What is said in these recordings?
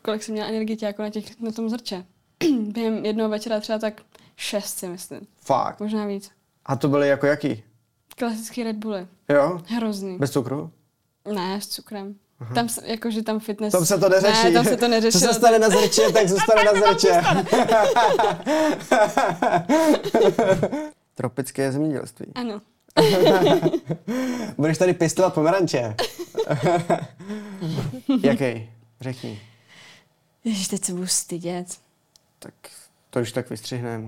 kolik jsem měla energie jako na tom zrče. Během jednoho večera třeba tak 6, si myslím. Fakt? Možná víc. A to byly jako jaký? Klasický Red Bully. Jo? Hrozný. Bez cukru? Ne, s cukrem. Tam, jakože tam fitness... Tam se to neřeší. Ne, tam se to neřešilo. Co se stane na zrče, tak zůstane na zrče. Tropické zemědělství. Ano. Budeš tady pěstovat pomeranče. Jaký? Řekni. Ježiš, teď se budu stydět. Tak to už tak vystřihneme.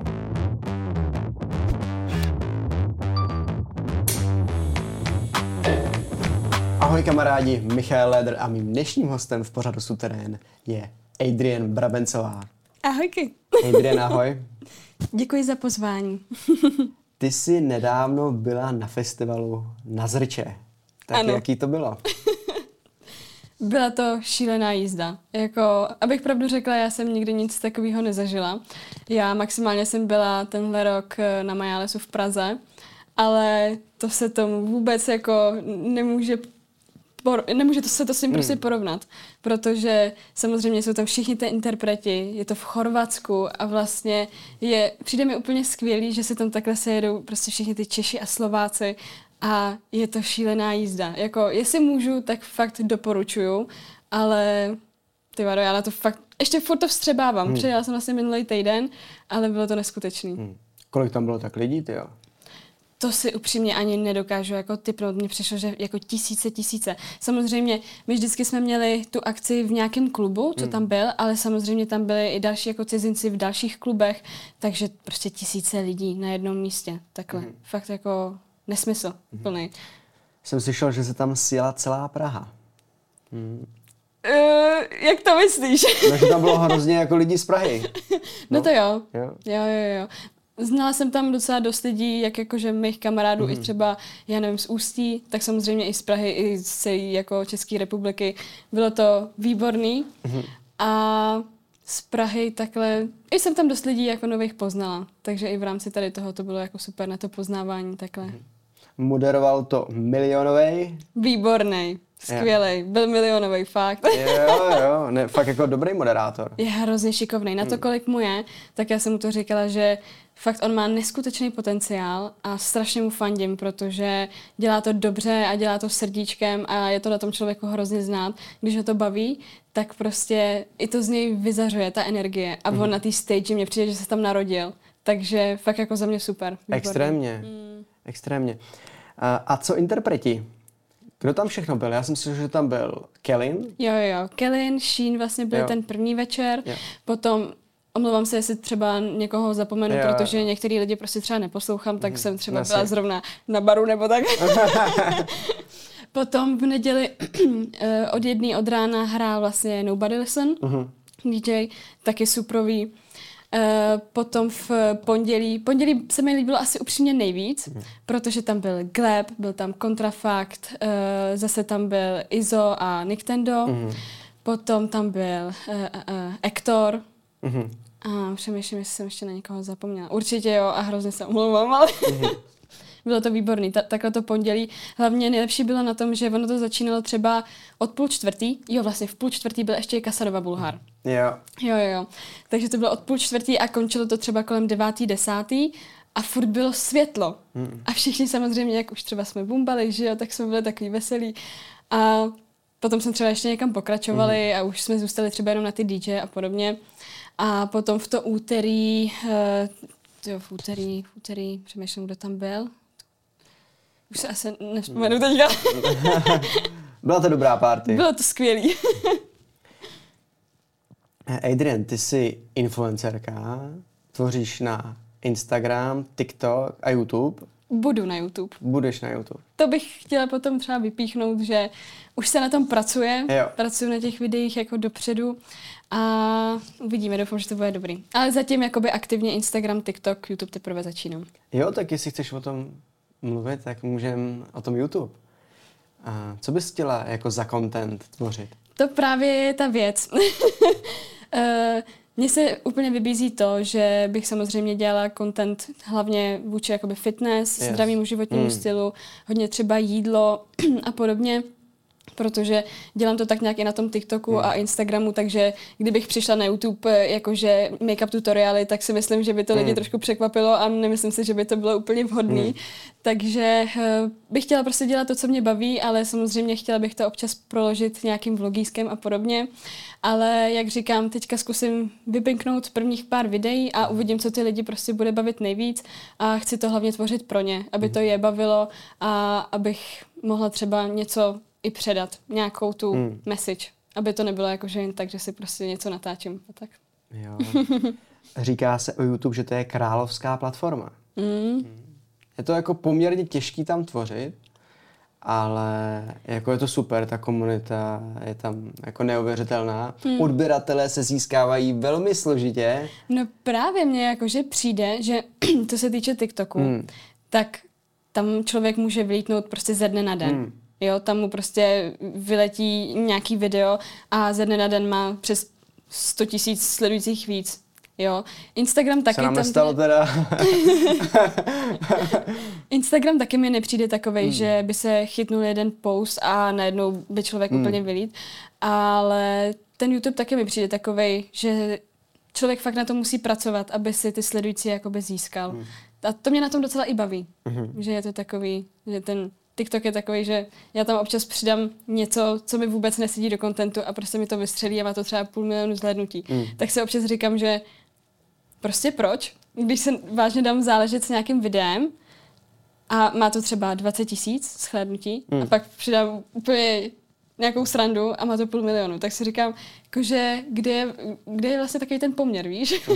Ahoj kamarádi, Michal Leder a mým dnešním hostem v pořadu Suterén je Adrian Brabencová. Ahojky. Adrian, ahoj. Děkuji za pozvání. Ty jsi nedávno byla na festivalu Na Zrče. Tak ano. Jaký to bylo? Byla to šílená jízda. Jako, abych pravdu řekla, já jsem nikdy nic takového nezažila. Já maximálně jsem byla tenhle rok na Majálesu v Praze, ale to se tomu vůbec jako nemůže to se to s tím prostě porovnat, protože samozřejmě jsou tam všichni ty interpreti, je to v Chorvatsku a vlastně přijde mi úplně skvělý, že se tam takhle sejedou prostě všichni ty Češi a Slováci a je to šílená jízda. Jako, jestli můžu, tak fakt doporučuju, ale ty vado, já na to fakt, ještě furt to vstřebávám. Přijela jsem vlastně minulý týden, ale bylo to neskutečný. Kolik tam bylo tak lidí, ty jo? To si upřímně ani nedokážu jako tipnout. Mně přišlo, že jako tisíce. Samozřejmě, my vždycky jsme měli tu akci v nějakém klubu, co tam byl, ale samozřejmě tam byli i další jako cizinci v dalších klubech, takže prostě tisíce lidí na jednom místě. Takhle. Fakt jako nesmysl plný. Jsem slyšel, že se tam sjela celá Praha. Jak to myslíš? No, že tam bylo hrozně jako lidí z Prahy. No to jo. Jo. Znala jsem tam docela dost lidí, jak jakože mých kamarádů i třeba, já nevím, z Ústí, tak samozřejmě i z Prahy, i z celé jako České republiky. Bylo to výborný. A z Prahy takhle, i jsem tam dost lidí jako nových poznala, takže i v rámci tady toho to bylo jako super na to poznávání takhle. Moderoval to Milionovej. Výborný, skvělej, byl milionový, fakt. Jo, ne, fakt jako dobrý moderátor. Je hrozně šikovný. Na to, kolik mu je, tak já jsem mu to říkala, že fakt on má neskutečný potenciál a strašně mu fandím, protože dělá to dobře a dělá to srdíčkem a je to na tom člověku hrozně znát. Když ho to baví, tak prostě i to z něj vyzařuje, ta energie. A on na té stage mně přijde, že se tam narodil. Takže fakt jako za mě super. Výborný. Extrémně. A co interpreti? Kdo tam všechno byl? Já jsem si, že tam byl Kellin. Jo. Kellin, Sheen vlastně byl ten první večer. Jo. Potom, omlouvám se, jestli třeba někoho zapomenu, protože některý lidi prostě třeba neposlouchám, tak jsem třeba byla zrovna na baru nebo tak. Potom v neděli od rána hrál vlastně Nobody Listen, DJ, taky suprový. Potom v pondělí se mi líbilo asi upřímně nejvíc, protože tam byl Gleb, byl tam Kontrafakt, zase tam byl Izo a Nintendo, potom tam byl Ektor a přemýšlím, jestli jsem ještě na někoho zapomněla. Určitě jo a hrozně se omlouvám, ale bylo to výborný, takhle to pondělí. Hlavně nejlepší bylo na tom, že ono to začínalo třeba od 3:30. Jo, vlastně v 3:30 byl ještě Kasadova Bulhar. Jo. Takže to bylo od 3:30 a končilo to třeba kolem 9, 10 a furt bylo světlo. A všichni samozřejmě, jak už třeba jsme bumbali, že jo, tak jsme byli takový veselí. A potom jsme třeba ještě někam pokračovali a už jsme zůstali třeba jenom na ty DJ a podobně. A potom v to úterý, v úterý, přemýšlím, kdo tam byl. Už se asi nevzpomenu teďka. Byla to dobrá party. Bylo to skvělý. Adrian, ty jsi influencerka, tvoříš na Instagram, TikTok a YouTube. Budu na YouTube. Budeš na YouTube. To bych chtěla potom třeba vypíchnout, že už se na tom pracuje. Pracuji na těch videích jako dopředu a uvidíme, doufám, že to bude dobrý. Ale zatím jakoby aktivně Instagram, TikTok, YouTube teprve začínám. Jo, tak jestli chceš o tom mluvit, tak můžeme o tom YouTube. A co bys chtěla jako za content tvořit? To právě je ta věc. Mně se úplně vybízí to, že bych samozřejmě dělala content hlavně vůči jakoby fitness, zdravému životnímu stylu, hodně třeba jídlo a podobně. protože dělám to tak nějak i na tom TikToku a Instagramu, takže kdybych přišla na YouTube jakože make-up tutoriály, tak si myslím, že by to lidi trošku překvapilo a nemyslím si, že by to bylo úplně vhodný. Takže bych chtěla prostě dělat to, co mě baví, ale samozřejmě chtěla bych to občas proložit nějakým vlogískem a podobně. Ale jak říkám, teďka zkusím vypinknout prvních pár videí a uvidím, co ty lidi prostě bude bavit nejvíc a chci to hlavně tvořit pro ně, aby to je bavilo a abych mohla třeba něco i předat, nějakou tu message, aby to nebylo jako, že jen tak, že si prostě něco natáčím a tak. Jo. Říká se o YouTube, že to je královská platforma. Je to jako poměrně těžký tam tvořit, ale jako je to super, ta komunita je tam jako neuvěřitelná. Odběratelé se získávají velmi složitě. No právě mně jakože přijde, že to se týče TikToku, tak tam člověk může vylítnout prostě ze dne na den. Jo, tam mu prostě vyletí nějaký video a ze dne na den má přes 100 000 sledujících víc. Jo, Instagram taky. Se nám nestalo teda. Instagram taky mi nepřijde takovej, že by se chytnul jeden post a najednou by člověk úplně vylít. Ale ten YouTube taky mi přijde takovej, že člověk fakt na to musí pracovat, aby si ty sledující jakoby získal. A to mě na tom docela i baví. Že je to takový, že ten TikTok je takový, že já tam občas přidám něco, co mi vůbec nesedí do kontentu a prostě mi to vystřelí a má to třeba 500 000 zhlédnutí. Tak si občas říkám, že prostě proč? Když se vážně dám záležet s nějakým videem a má to třeba 20 000 zhlédnutí a pak přidám úplně nějakou srandu a má to 500 000, tak si říkám, jakože, kde je vlastně takový ten poměr, víš?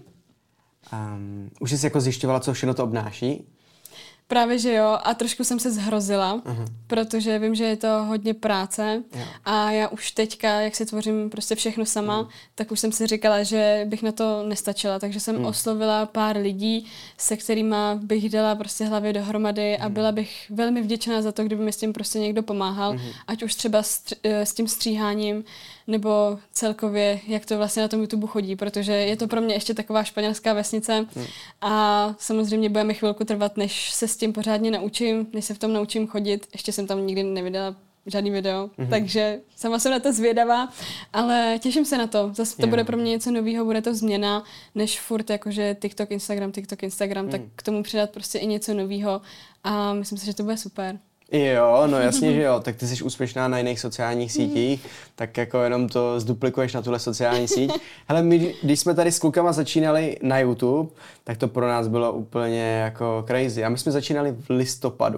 Už jsi jako zjišťovala, co všechno to obnáší? Právě, že jo, a trošku jsem se zhrozila, protože vím, že je to hodně práce a já už teďka, jak si tvořím prostě všechno sama, tak už jsem si říkala, že bych na to nestačila, takže jsem oslovila pár lidí, se kterýma bych dala prostě hlavě dohromady a byla bych velmi vděčná za to, kdyby mi s tím prostě někdo pomáhal, ať už třeba s tím stříháním, nebo celkově, jak to vlastně na tom YouTube chodí, protože je to pro mě ještě taková španělská vesnice a samozřejmě bude mi chvilku trvat, než se s tím pořádně naučím, než se v tom naučím chodit. Ještě jsem tam nikdy nevydala žádný video, takže sama jsem na to zvědavá, ale těším se na to. Zase to bude pro mě něco nového, bude to změna, než furt jakože TikTok, Instagram, tak k tomu přidat prostě i něco nového a myslím si, že to bude super. Jo, no jasně, že jo. Tak ty jsi úspěšná na jiných sociálních sítích, tak jako jenom to zduplikuješ na tuhle sociální síť. Hele, my, když jsme tady s klukama začínali na YouTube, tak to pro nás bylo úplně jako crazy. A my jsme začínali v listopadu.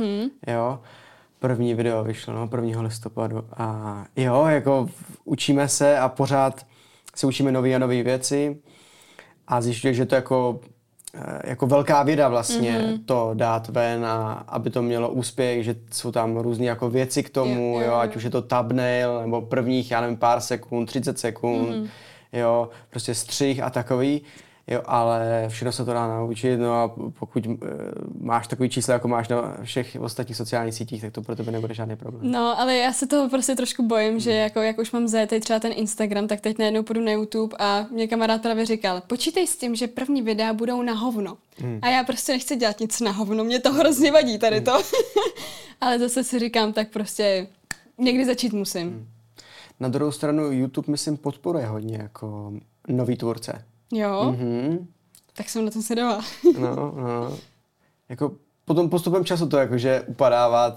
Jo, první video vyšlo, 1. listopadu. A jo, jako učíme se a pořád se učíme nové a nové věci. A zjišťuješ, že to jako velká věda vlastně to dát ven a aby to mělo úspěch, že jsou tam různé jako věci k tomu, jo, ať už je to thumbnail, nebo prvních, já nevím, pár sekund, 30 sekund, jo, prostě střih a takový, jo, ale všechno se to dá naučit, no a pokud máš takový číslo, jako máš na všech ostatních sociálních sítích, tak to pro tebe nebude žádný problém. No, ale já se toho prostě trošku bojím, že jako, jak už mám zajetý třeba ten Instagram, tak teď najednou půjdu na YouTube a mě kamarád právě říkal, počítej s tím, že první videa budou na hovno. A já prostě nechci dělat nic na hovno, mě to hrozně vadí tady to. Ale zase si říkám, tak prostě někdy začít musím. Na druhou stranu YouTube, myslím, podporuje hodně jako nový tvůrce. Jo? Tak jsem na tom sedala. No. Jako potom postupem času to jakože upadává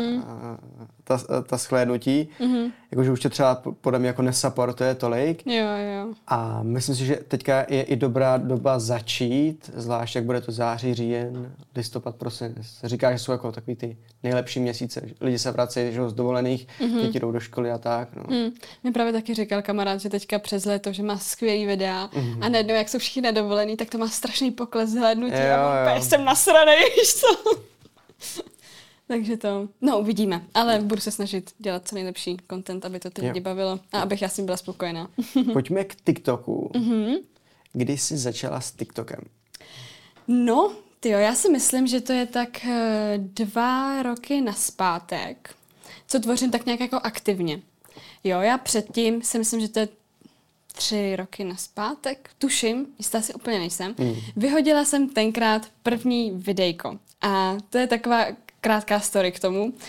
ta shlédnutí. Jakože už tě třeba podle mě jako nesupportuje tolik. Jo. A myslím si, že teďka je i dobrá doba začít, zvlášť jak bude to září, říjen, listopad, prosinec. Říká, že jsou jako takový ty nejlepší měsíce. Lidi se vracejí z dovolených, děti jdou do školy a tak. No. Mě právě taky říkal kamarád, že teďka přes léto, že má skvělý videa a najednou, jak jsou všichni na dovolený, tak to má strašný pokles zhlédnutí a úplně jsem nasranej, víš co? Takže to, uvidíme, ale budu se snažit dělat co nejlepší content, aby to ty lidi bavilo a abych já s tím byla spokojená. Pojďme k TikToku. Kdy jsi začala s TikTokem? No, tyjo, já si myslím, že to je tak 2 roky nazpátek, co tvořím tak nějak jako aktivně. Jo, já předtím si myslím, že to je 3 roky nazpátek, tuším, jistá si úplně nejsem. Vyhodila jsem tenkrát první videjko a to je taková krátká story k tomu.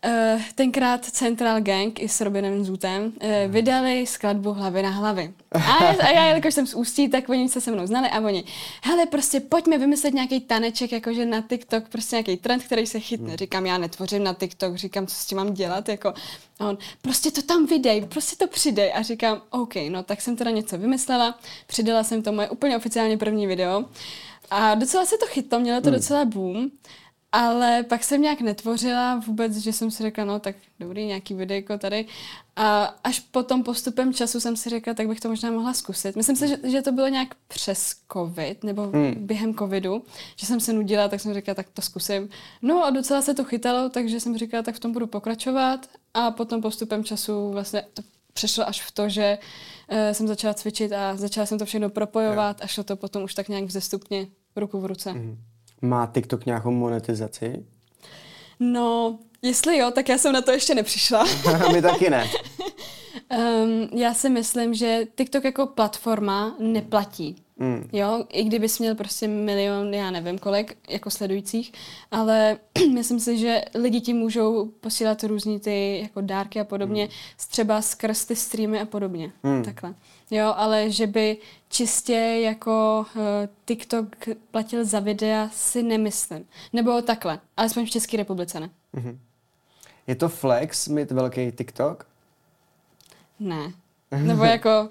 tenkrát Central Gang i s Robinem Zutem vydali skladbu Hlavy na hlavy. A já, jelikož jsem z Ústí, tak oni se mnou znali a oni, hele, prostě pojďme vymyslet nějaký taneček, jakože na TikTok, prostě nějaký trend, který se chytne. Říkám, já netvořím na TikTok, říkám, co s tím mám dělat, jako. A on, prostě to tam vydej, prostě to přidej. A říkám, OK, no tak jsem teda něco vymyslela, přidala jsem to moje úplně oficiálně první video. A docela se to chytlo, mělo to docela boom. Ale pak jsem nějak netvořila vůbec, že jsem si řekla, no tak dobrý, nějaký videjko tady. A až potom postupem času jsem si řekla, tak bych to možná mohla zkusit. Myslím si, že to bylo nějak přes covid, nebo během covidu, že jsem se nudila, tak jsem řekla, tak to zkusím. No a docela se to chytalo, takže jsem říkala, tak v tom budu pokračovat. A potom postupem času vlastně to přešlo až v to, že jsem začala cvičit a začala jsem to všechno propojovat a šlo to potom už tak nějak vzestupně ruku v ruce. Má TikTok nějakou monetizaci? No, jestli jo, tak já jsem na to ještě nepřišla. My taky ne. Já si myslím, že TikTok jako platforma neplatí. Jo, i kdybys měl prostě milion, já nevím kolik, jako sledujících, ale myslím si, že lidi ti můžou posílat různý ty jako dárky a podobně, třeba skrz ty streamy a podobně. Takhle. Jo, ale že by čistě jako TikTok platil za videa, si nemyslím. Nebo takhle, alespoň v České republice ne. Je to flex mít velký TikTok? Ne. Nebo jako...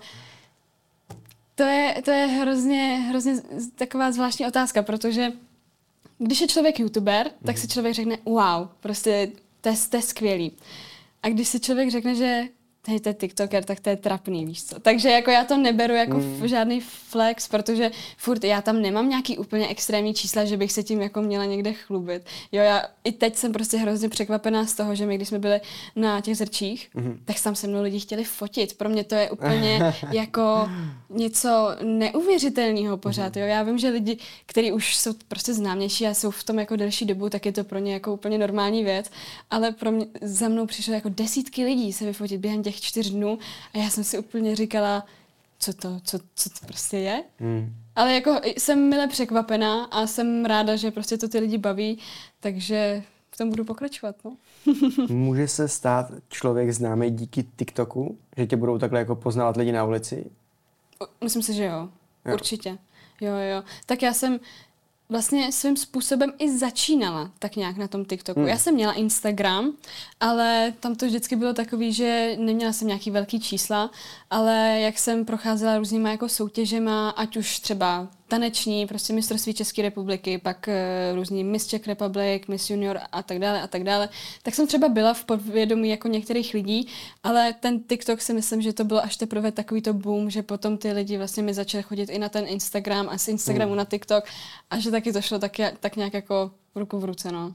To je hrozně taková zvláštní otázka, protože když je člověk youtuber, tak si člověk řekne wow, prostě to je skvělý. A když si člověk řekne, že hej, to je TikToker, tak to je trapný, víš co. Takže jako já to neberu jako žádný flex, protože furt já tam nemám nějaký úplně extrémní čísla, že bych se tím jako měla někde chlubit. Jo, já i teď jsem prostě hrozně překvapená z toho, že my, když jsme byli na těch Zrčích, tak tam se mnou lidi chtěli fotit. Pro mě to je úplně jako něco neuvěřitelného pořád. Jo. Já vím, že lidi, kteří už jsou prostě známější a jsou v tom jako delší dobu, tak je to pro ně jako úplně normální věc, ale pro mě, za mnou přišlo jako desítky lidí se vyfotit během těch 4 dnů a já jsem si úplně říkala, co to prostě je. Ale jako jsem mile překvapená a jsem ráda, že prostě to ty lidi baví, takže v tom budu pokračovat. No. Může se stát člověk známý díky TikToku? Že tě budou takhle jako poznávat lidi na ulici? Myslím si, že jo. Určitě. Jo. Tak já jsem vlastně svým způsobem i začínala tak nějak na tom TikToku. Já jsem měla Instagram, ale tam to vždycky bylo takový, že neměla jsem nějaký velký čísla, ale jak jsem procházela různýma jako soutěžema, ať už třeba taneční, prostě mistrovství České republiky, pak různý Miss Czech Republic, Miss Junior a tak dále, tak jsem třeba byla v podvědomí jako některých lidí, ale ten TikTok si myslím, že to bylo až teprve takový to boom, že potom ty lidi vlastně mi začali chodit i na ten Instagram a z Instagramu na TikTok a že taky to šlo tak nějak jako ruku v ruce, no.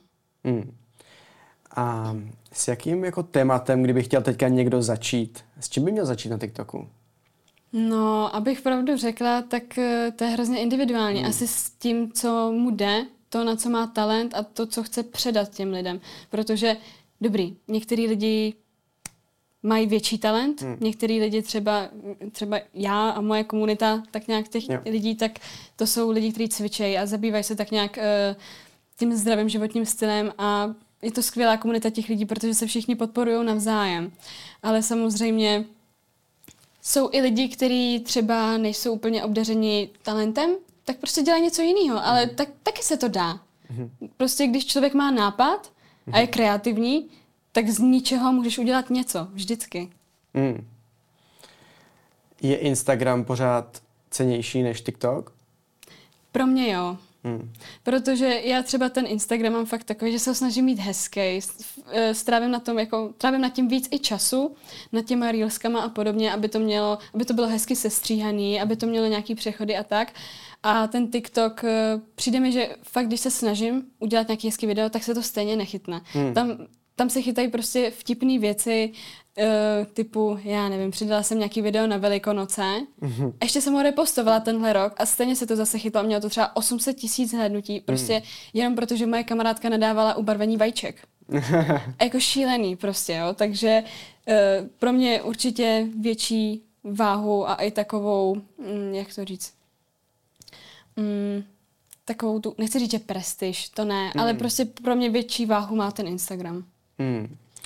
A s jakým jako tématem, kdyby chtěl teďka někdo začít, s čím by měl začít na TikToku? No, abych pravdu řekla, tak to je hrozně individuální. Asi s tím, co mu jde, to, na co má talent a to, co chce předat těm lidem. Protože, dobrý, některý lidi mají větší talent, některý lidi třeba já a moje komunita, tak nějak těch lidí, tak to jsou lidi, kteří cvičejí a zabývají se tak nějak tím zdravým životním stylem a je to skvělá komunita těch lidí, protože se všichni podporují navzájem. Ale samozřejmě jsou i lidi, kteří třeba nejsou úplně obdařeni talentem, tak prostě dělají něco jiného, ale taky se to dá. Prostě když člověk má nápad a je kreativní, tak z ničeho můžeš udělat něco, vždycky. Je Instagram pořád cennější než TikTok? Pro mě jo. Protože já třeba ten Instagram mám fakt takový, že se ho snažím mít hezký, trávím na tím víc i času, nad těma reelskama a podobně, aby to bylo hezky sestříhaný, aby to mělo nějaký přechody a tak. A ten TikTok, přijde mi, že fakt, když se snažím udělat nějaký hezký video, tak se to stejně nechytne. Tam se chytají prostě vtipné věci, typu, já nevím, přidala jsem nějaký video na Velikonoce. Ještě jsem ho repostovala tenhle rok a stejně se to zase chytlo. Mělo to třeba 800 000 hlédnutí, prostě jenom protože moje kamarádka nadávala ubarvení vajíček. Jako šílený prostě, jo. Takže pro mě určitě větší váhu a i takovou, jak to říct, takovou tu, nechci říct, že prestiž, to ne, ale prostě pro mě větší váhu má ten Instagram.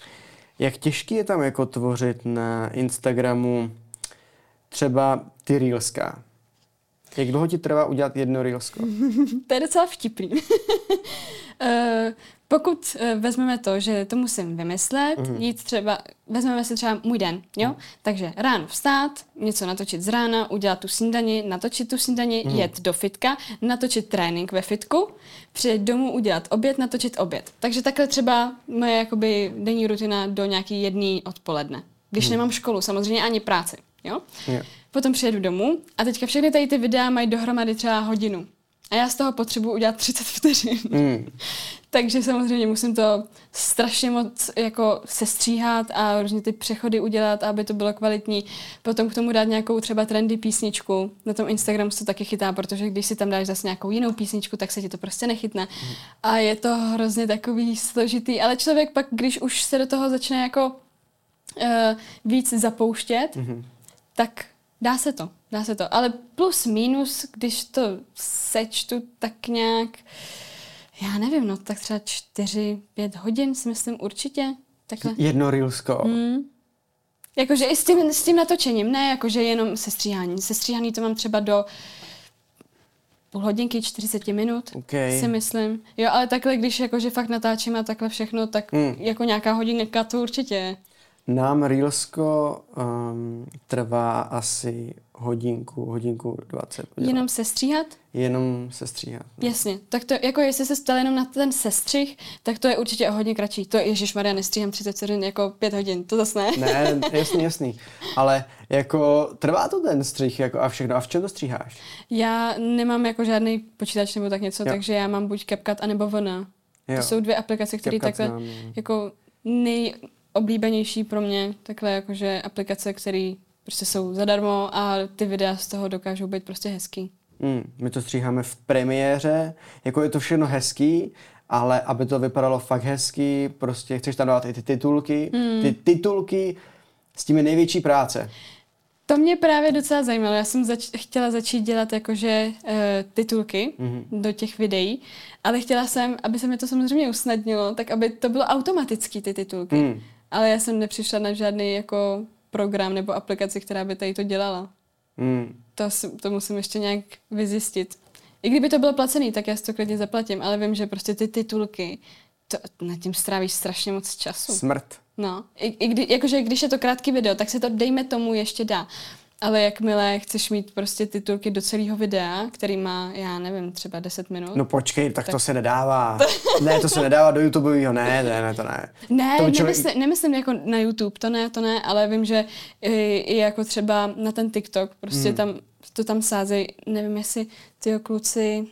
Jak těžký je tam jako tvořit na Instagramu třeba ty reelska? Jak dlouho ti trvá udělat jedno reelsko? To je docela vtipný. Pokud vezmeme to, že to musím vymyslet, jít třeba, vezmeme si třeba můj den, jo? Takže ráno vstát, něco natočit z rána, udělat tu snídani, natočit tu snídani, jet do fitka, natočit trénink ve fitku, přijet domů, udělat oběd, natočit oběd. Takže takhle třeba moje jakoby denní rutina do nějaký 1 odpoledne. Když nemám školu, samozřejmě ani práci, jo? Potom přijedu domů a teďka všechny tady ty videa mají dohromady třeba hodinu. A já z toho potřebuji udělat 30 vteřin. Takže samozřejmě musím to strašně moc jako sestříhat a různě ty přechody udělat, aby to bylo kvalitní. Potom k tomu dát nějakou třeba trendy písničku. Na tom Instagramu se to taky chytá, protože když si tam dáš zase nějakou jinou písničku, tak se ti to prostě nechytne. A je to hrozně takový složitý. Ale člověk pak, když už se do toho začne jako víc zapouštět, tak dá se to. Ale plus minus, když to sečtu tak nějak, já nevím, no tak třeba 4-5 hodin si myslím určitě. Takhle. Jedno reelsko. Jakože i s tím natočením, ne jakože jenom sestříhání. Sestříhání to mám třeba do půl hodinky, 40 minut, si myslím. Jo, ale takhle, když jakože fakt natáčím a takhle všechno, tak jako nějaká hodinka to určitě je. Nám reelsko trvá asi hodinku 20. Jenom sestříhat? Jenom sestříhat. No. Jasně. Tak to, jako jestli se ptal jenom na ten sestřih, tak to je určitě o hodně kratší. To ježišmarja, nestříhám 30 vteřin jako 5 hodin. To zase ne. Ne, jasný. Ale jako trvá to ten střih jako a všechno. A v čem to stříháš? Já nemám jako žádný počítač nebo tak něco, takže já mám buď CapCut, anebo Vona. To jsou 2 aplikace, které takhle jako nejoblíbenější pro mě. Takhle jakože aplikace, které prostě jsou zadarmo a ty videa z toho dokážou být prostě hezký. My to stříháme v premiéře, jako je to všechno hezký, ale aby to vypadalo fakt hezký, prostě chceš tam dávat i ty titulky. Ty titulky, s tím je největší práce. To mě právě docela zajímalo. Já jsem chtěla začít dělat jakože titulky do těch videí, ale chtěla jsem, aby se mi to samozřejmě usnadnilo, tak aby to bylo automaticky ty titulky. Ale já jsem nepřišla na žádný jako program nebo aplikaci, která by tady to dělala. To musím ještě nějak vyzjistit. I kdyby to bylo placený, tak já si to klidně zaplatím, ale vím, že prostě ty titulky, nad tím strávíš strašně moc času. Smrt. No, jakože když je to krátký video, tak se to dejme tomu ještě dá. Ale jakmile chceš mít prostě titulky do celého videa, který má, já nevím, třeba 10 minut. No počkej, tak to se nedává. Ne, to se nedává do YouTubeového, ne, to ne. Ne, nemyslím jako na YouTube, to ne, ale vím, že i jako třeba na ten TikTok, prostě tam sázej, nevím, jestli tyjo kluci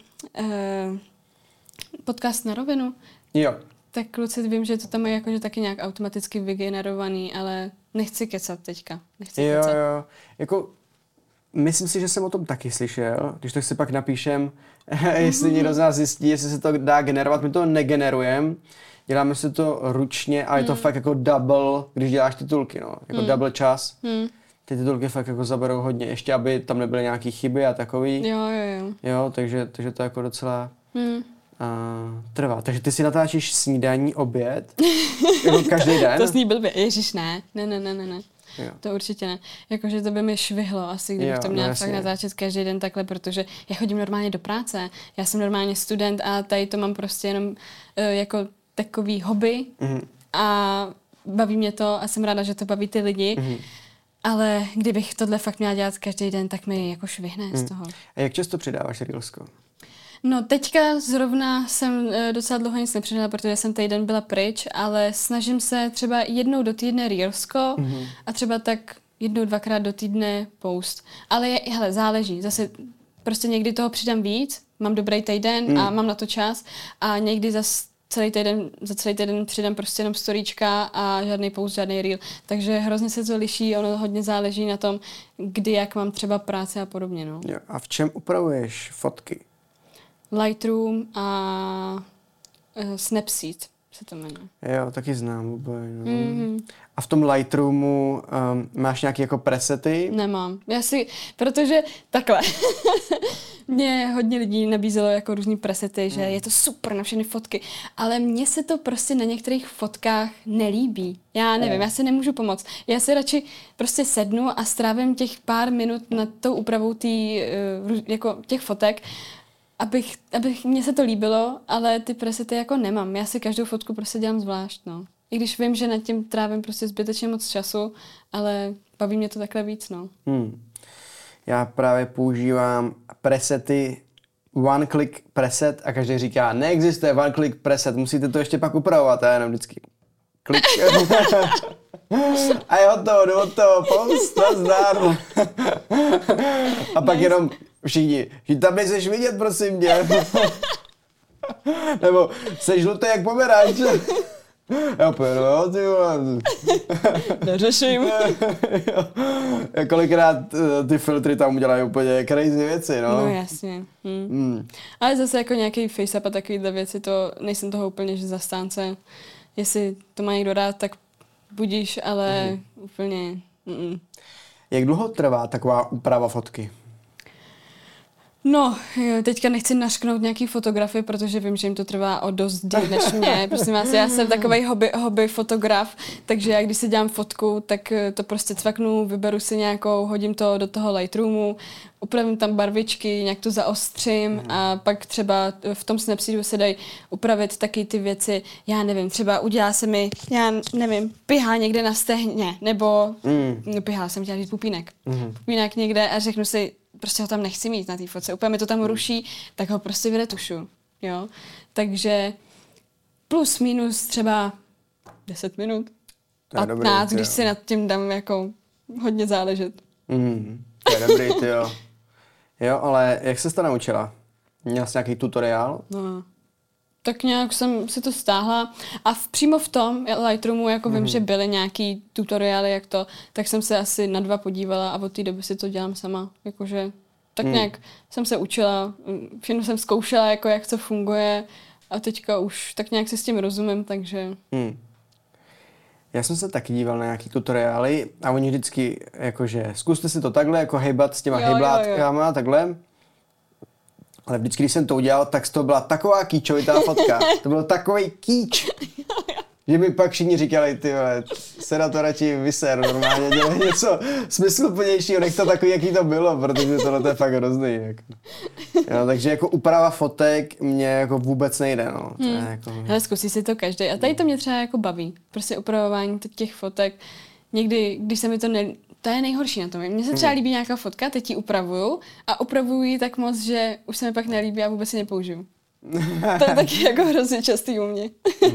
podcast na rovinu. Jo. Tak kluci vím, že to tam je jakože taky nějak automaticky vygenerovaný, ale nechci kecat teďka. Jo. Jako, myslím si, že jsem o tom taky slyšel, když to si pak napíšem, jestli někdo z nás zjistí, jestli se to dá generovat. My to negenerujeme, děláme si to ručně a je to fakt jako double, když děláš titulky, no. Jako double čas. Ty titulky fakt jako zaberou hodně, ještě aby tam nebyly nějaký chyby a takový. Jo. Jo, takže to jako docela... trvá. Takže ty si natáčíš snídaní, oběd? Jako každý den? To sní blbě. Ježiš, ne. Jo. To určitě ne. Jakože to by mi švihlo asi, kdybych to měla fakt natáčet každý den takhle, protože já chodím normálně do práce. Já jsem normálně student a tady to mám prostě jenom jako takový hobby a baví mě to a jsem ráda, že to baví ty lidi. Ale kdybych tohle fakt měla dělat každý den, tak mi jako švihne z toho. A jak často přidáváš reelsko? No teďka zrovna jsem docela dlouho nic nepřidala, protože jsem týden byla pryč, ale snažím se třeba jednou do týdne reelsko a třeba tak 1-2krát do týdne post. Ale hele, záleží. Zase prostě někdy toho přidám víc, mám dobrý týden a mám na to čas a někdy za celý týden přidám prostě jenom storíčka a žádný post, žádný reel. Takže hrozně se to liší, ono hodně záleží na tom, kdy, jak mám třeba práce a podobně. No. Jo, a v čem upravuješ fotky? Lightroom a Snapseed se to jmenuje. Jo, taky znám oboje. No. A v tom Lightroomu máš nějaké jako presety? Nemám. Protože takhle. Mě hodně lidí nabízelo jako různý presety, že je to super na všechny fotky, ale mně se to prostě na některých fotkách nelíbí. Já nevím, já si nemůžu pomoct. Já si radši prostě sednu a strávím těch pár minut nad tou úpravou jako těch fotek, abych mně se to líbilo, ale ty presety jako nemám. Já si každou fotku prostě dělám zvlášť, no. I když vím, že nad tím trávím prostě zbytečně moc času, ale baví mě to takhle víc, no. Já právě používám presety one click preset a každý říká, neexistuje one click preset, musíte to ještě pak upravovat. A já jenom vždycky klik. A je hotovo, jdu od toho, post, nazdar. A pak jenom všichni, že tam nejseš vidět, prosím tě. Nebo jsi žlutý jak pomeranč. Já pojdu, jo, ty vole. Neřeším. Kolikrát ty filtry tam udělají úplně crazy věci, no. No jasně. Ale zase jako nějaký face-up a takovýhle věci, to nejsem toho úplně že zastánce. Jestli to má někdo rád, tak budíš, ale úplně... Jak dlouho trvá taková úprava fotky? No, teďka nechci našknout nějaký fotografy, protože vím, že jim to trvá o dost díl než mě. Prosím vás, já jsem takovej hobby fotograf, takže já když si dělám fotku, tak to prostě cvaknu, vyberu si nějakou, hodím to do toho Lightroomu, upravím tam barvičky, nějak to zaostřím a pak třeba v tom Snapseedu se dají upravit taky ty věci, já nevím, třeba udělá se mi, já nevím, pihá někde na stehně, nebo pihá jsem chtěla říct pupínek. Pupínek někde a řeknu si, prostě ho tam nechci mít na té fotce, úplně mi to tam ruší, tak ho prostě vyretušu, jo. Takže plus minus třeba 10 minut, 15, když si nad tím dám jako hodně záležet. To je dobrý, tyjo. Jo, ale jak jsi to naučila? Měla jsi nějaký tutoriál? No, tak nějak jsem si to stáhla a přímo v tom Lightroomu, jako vím, že byly nějaký tutoriály, jak to, tak jsem se asi na 2 podívala a od té doby si to dělám sama, jakože tak nějak jsem se učila, všechno jsem zkoušela, jako jak to funguje a teďka už tak nějak si s tím rozumím, takže... Já jsem se taky díval na nějaký tutoriály a oni vždycky jakože zkuste si to takhle, jako hejbat s těma hejblátkama, takhle. Ale vždycky, když jsem to udělal, tak to byla taková kýčovitá fotka. To byl takovej kýč. Že mi pak všichni říkali, ty vole, se na to radši vyser, normálně dělej něco smysluplnějšího, nech to takový, jaký to bylo, protože tohle je fakt hrozný. Jako. Jo, takže jako úprava fotek mě jako vůbec nejde, no. To je jako... Hele, zkusí si to každý. A tady to mě třeba jako baví. Prostě upravování těch fotek. Někdy, když se mi to to je nejhorší na tom. Mně se třeba líbí nějaká fotka, teď ji upravuju a upravuju ji tak moc, že už se mi pak nelíbí a vůbec si nepoužiju. To je taky jako hrozně častý u mě.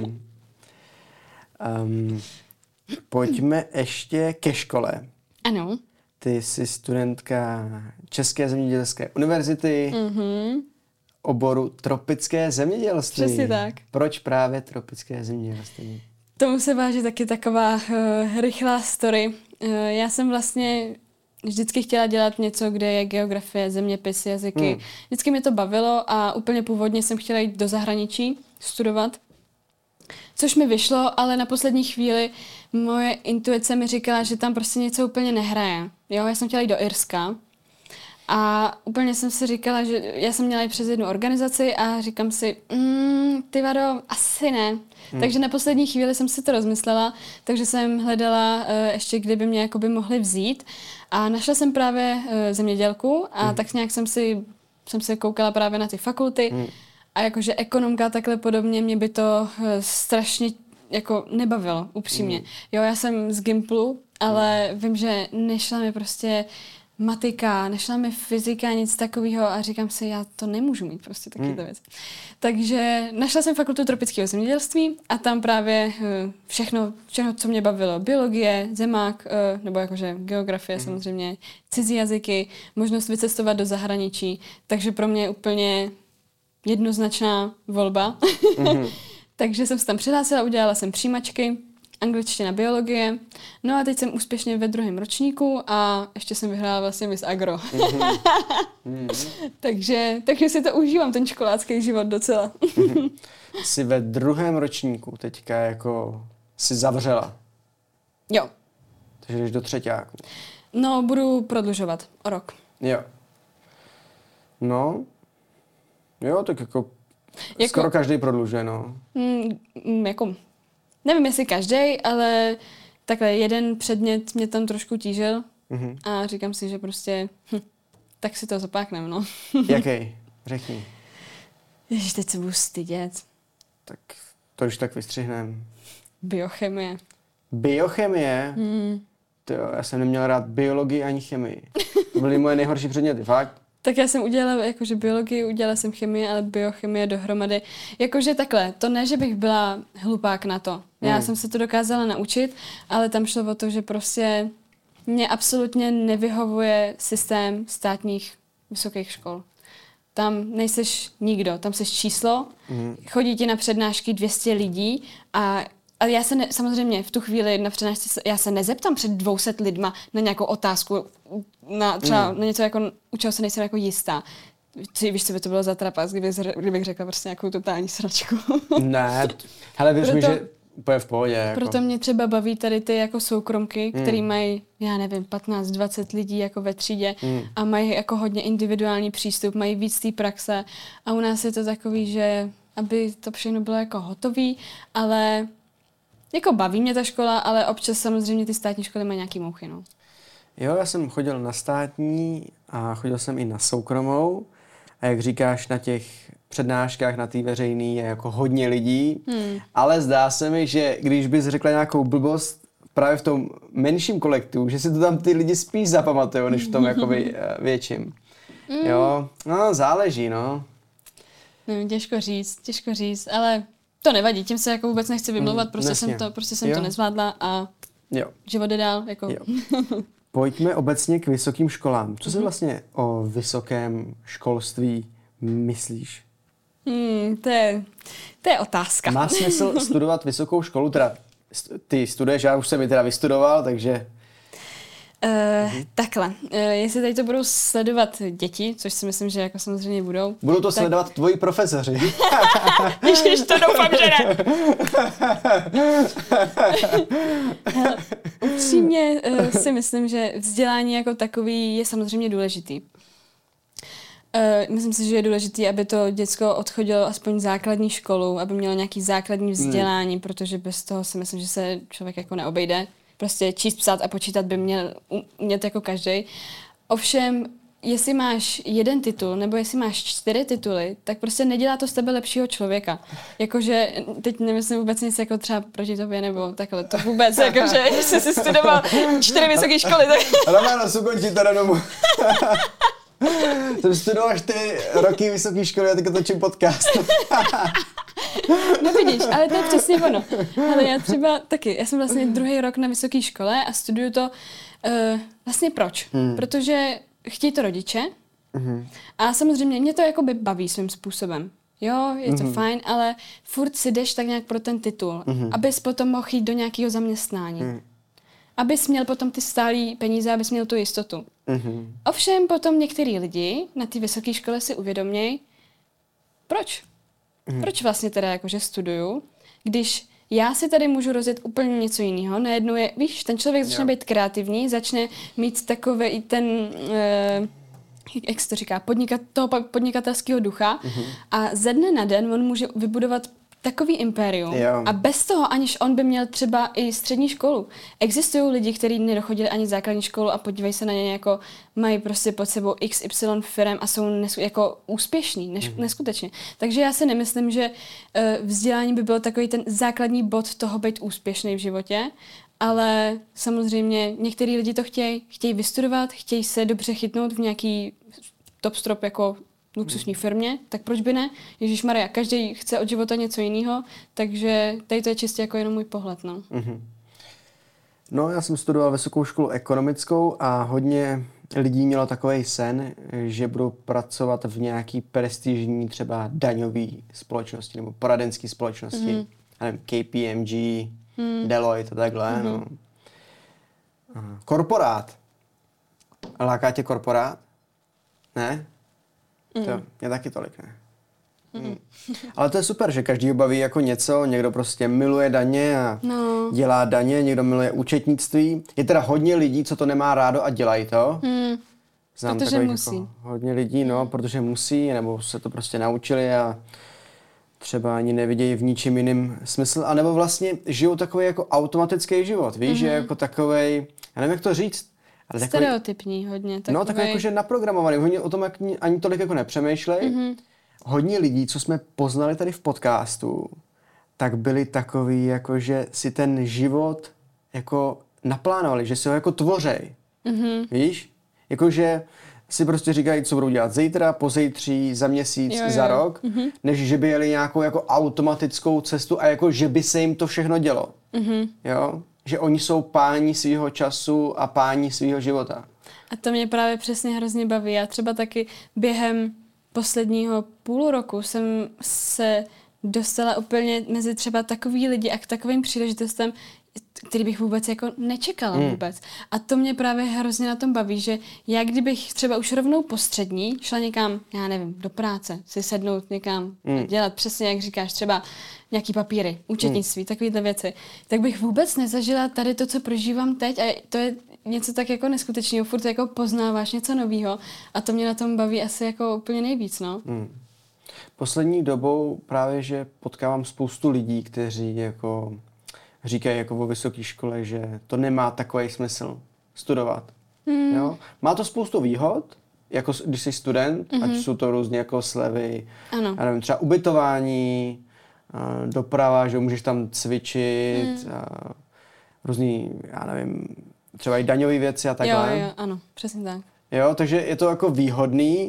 Pojďme ještě ke škole. Ano. Ty jsi studentka České zemědělské univerzity, oboru tropické zemědělství. Přesně tak. Proč právě tropické zemědělství? Tomu se váží taky taková rychlá story. Já jsem vlastně vždycky chtěla dělat něco, kde je geografie, zeměpis, jazyky. Vždycky mě to bavilo a úplně původně jsem chtěla jít do zahraničí studovat. Což mi vyšlo, ale na poslední chvíli moje intuice mi říkala, že tam prostě něco úplně nehraje. Jo, já jsem chtěla jít do Irska a úplně jsem si říkala, že já jsem měla jít přes jednu organizaci a říkám si, ty vado, asi ne. Takže na poslední chvíli jsem si to rozmyslela, takže jsem hledala ještě, kdyby mě jakoby mohli vzít a našla jsem právě zemědělku a tak nějak jsem se koukala právě na ty fakulty. A jakože ekonomka takhle podobně mě by to strašně jako nebavilo, upřímně. Jo, já jsem z Gimplu, ale vím, že nešla mi prostě matika, nešla mi fyzika, nic takového a říkám si, já to nemůžu mít prostě takovýhle věc. Takže našla jsem fakultu tropického zemědělství a tam právě všechno, co mě bavilo. Biologie, zemák, nebo jakože geografie samozřejmě, cizí jazyky, možnost vycestovat do zahraničí. Takže pro mě úplně jednoznačná volba. Takže jsem se tam přihlásila, udělala jsem přijímačky, angličtina, biologie. No a teď jsem úspěšně ve 2. ročníku a ještě jsem vyhrála vlastně Miss Agro. takže si to užívám, ten školácký život docela. Jsi ve 2. ročníku teďka jako si zavřela. Jo. Takže jdeš do 3. No, budu prodlužovat o rok. Jo. No, jo, tak jako skoro každý prodlužuje, no. Jako, nevím, jestli každý, ale takhle jeden předmět mě tam trošku tížil a říkám si, že prostě, tak si to zopáknem, no. Jaký? Řekni. Ježiš, teď se budu stydět. Tak to už tak vystřihnem. Biochemie. Biochemie? To jo, já jsem neměl rád biologii ani chemii. To byly moje nejhorší předměty, fakt. Tak já jsem udělala jakože biologii, udělala jsem chemii, ale biochemie dohromady. Jakože takhle, to ne, že bych byla hlupák na to. Já jsem se to dokázala naučit, ale tam šlo o to, že prostě mě absolutně nevyhovuje systém státních vysokých škol. Tam nejseš nikdo, tam seš číslo, chodí ti na přednášky 200 lidí ale já se samozřejmě v tu chvíli na přednášce, já se nezeptám před 200 lidma na nějakou otázku, na třeba na něco, jako, u čeho se nejsem jako jistá. Víš, co by to bylo za trapas, kdybych řekla prostě nějakou totální sračku. Ne, hele, věř mi, že úplně v pohodě. Jako. Proto mě třeba baví tady ty jako soukromky, který mají, já nevím, 15-20 lidí jako ve třídě a mají jako hodně individuální přístup, mají víc té praxe a u nás je to takový, že aby to všechno bylo jako hotový, ale jako baví mě ta škola, ale občas samozřejmě ty státní školy mají nějaký mouchy, no. Jo, já jsem chodil na státní a chodil jsem i na soukromou. A jak říkáš, na těch přednáškách, na té veřejný je jako hodně lidí. Ale zdá se mi, že když bys řekla nějakou blbost právě v tom menším kolektivu, že si to tam ty lidi spíš zapamatujou, než v tom jakoby větším. Jo, no záleží, no. Nevím, těžko říct, ale to nevadí, tím se jako vůbec nechci vymlouvat, prostě jsem to nezvládla a život jde dál. Jako. Pojďme obecně k vysokým školám. Co si vlastně o vysokém školství myslíš? To je otázka. Má smysl studovat vysokou školu? Teda ty studuješ, já už jsem ji teda vystudoval, takže... Takhle, jestli tady to budou sledovat děti, což si myslím, že jako samozřejmě budou. Budou to sledovat tvoji profesoři. Ježiš, to doufám, že ne. Upřímně si myslím, že vzdělání jako takový je samozřejmě důležitý. Myslím si, že je důležitý, aby to děcko odchodilo aspoň základní školu, aby mělo nějaký základní vzdělání, protože bez toho si myslím, že se člověk jako neobejde. Prostě číst, psát a počítat by měl umět jako každej. Ovšem, jestli máš jeden titul, nebo jestli máš 4 tituly, tak prostě nedělá to z tebe lepšího člověka. Jakože, teď nemyslím vůbec nic jako třeba proti tobě, nebo takhle, to vůbec, jakože, jsi si studoval 4 vysoké školy, tak... Romano, ukončí to na domu. Jsem studoval 4 roky vysoké školy a teď točím podcast. No vidíš, ale to je přesně ono. Ale já třeba taky, já jsem vlastně 2. rok na vysoké škole a studuju to vlastně proč? Protože chtějí to rodiče a samozřejmě mě to jakoby baví svým způsobem. Jo, je to fajn, ale furt si jdeš tak nějak pro ten titul, abys potom mohl jít do nějakého zaměstnání. Abys měl potom ty stálý peníze, abys měl tu jistotu. Ovšem potom některý lidi na té vysoké škole si uvědomějí, proč? Proč vlastně teda jakože studuju, když já si tady můžu rozjet úplně něco jiného. Najednou je, víš, ten člověk začne být kreativní, začne mít takový i ten, jak se to říká, toho podnikatelského ducha a ze dne na den on může vybudovat takový impérium a bez toho, aniž on by měl třeba i střední školu. Existují lidi, kteří nedochodili ani základní školu a podívej se na ně, jako mají prostě pod sebou XY firem a jsou jako úspěšní, neskutečně. Takže já si nemyslím, že vzdělání by byl takový ten základní bod toho být úspěšný v životě, ale samozřejmě některý lidi to chtějí vystudovat, chtějí se dobře chytnout v nějaký top strop jako luxusní firmě, tak proč by ne? Ježišmarja, každý chce od života něco jiného, takže tady to je čistě jako jenom můj pohled, no. No, já jsem studoval vysokou školu ekonomickou a hodně lidí mělo takový sen, že budou pracovat v nějaký prestižní třeba daňový společnosti nebo poradenské společnosti. Nevím, KPMG, Deloitte a takhle, no. Korporát. Láká tě korporát? Ne? To mě taky tolik ne. Ale to je super, že každý baví jako něco, někdo prostě miluje daně a dělá daně, někdo miluje účetnictví. Je teda hodně lidí, co to nemá rádo a dělají to. Znám protože takových musí. jako hodně lidí, no, protože musí, nebo se to prostě naučili a třeba ani nevidějí v ničím jiným smysl, anebo vlastně žijou takový jako automatický život, víš, že jako takovej, já nevím, jak to říct, ale takový, Stereotypní hodně. Takový... no, takový jakože naprogramovaný, hodně o tom jak ani tolik jako nepřemýšlej. Hodně lidí, co jsme poznali tady v podcastu, tak byli takový, jakože si ten život jako naplánovali, že si ho jako tvořej. Víš? Jakože si prostě říkají, co budou dělat zítra, pozítří, za měsíc, za rok, než že by jeli nějakou jako automatickou cestu a jako že by se jim to všechno dělo. Jo? Že oni jsou páni svýho času a páni svýho života. A to mě právě přesně hrozně baví. Já třeba taky během posledního půl roku jsem se dostala úplně mezi třeba takový lidi a k takovým příležitostem, který bych vůbec jako nečekala vůbec. A to mě právě hrozně na tom baví, že já kdybych třeba už rovnou po střední šla někam, já nevím, do práce, si sednout někam a dělat přesně, jak říkáš, třeba nějaký papíry, účetnictví, takovýhle věci, tak bych vůbec nezažila tady to, co prožívám teď a to je něco tak jako neskutečného, furt jako poznáváš něco novýho a to mě na tom baví asi jako úplně nejvíc, no. Poslední dobou právě, že potkávám spoustu lidí, kteří jako říkají jako o vysoké škole, že to nemá takový smysl studovat. Jo? Má to spoustu výhod, jako když jsi student, ať jsou to různě jako slevy, Ano. já nevím, třeba ubytování, doprava, že můžeš tam cvičit, různý, já nevím, třeba i daňové věci a takhle. Jo, ano, přesně tak. Jo, takže je to jako výhodný,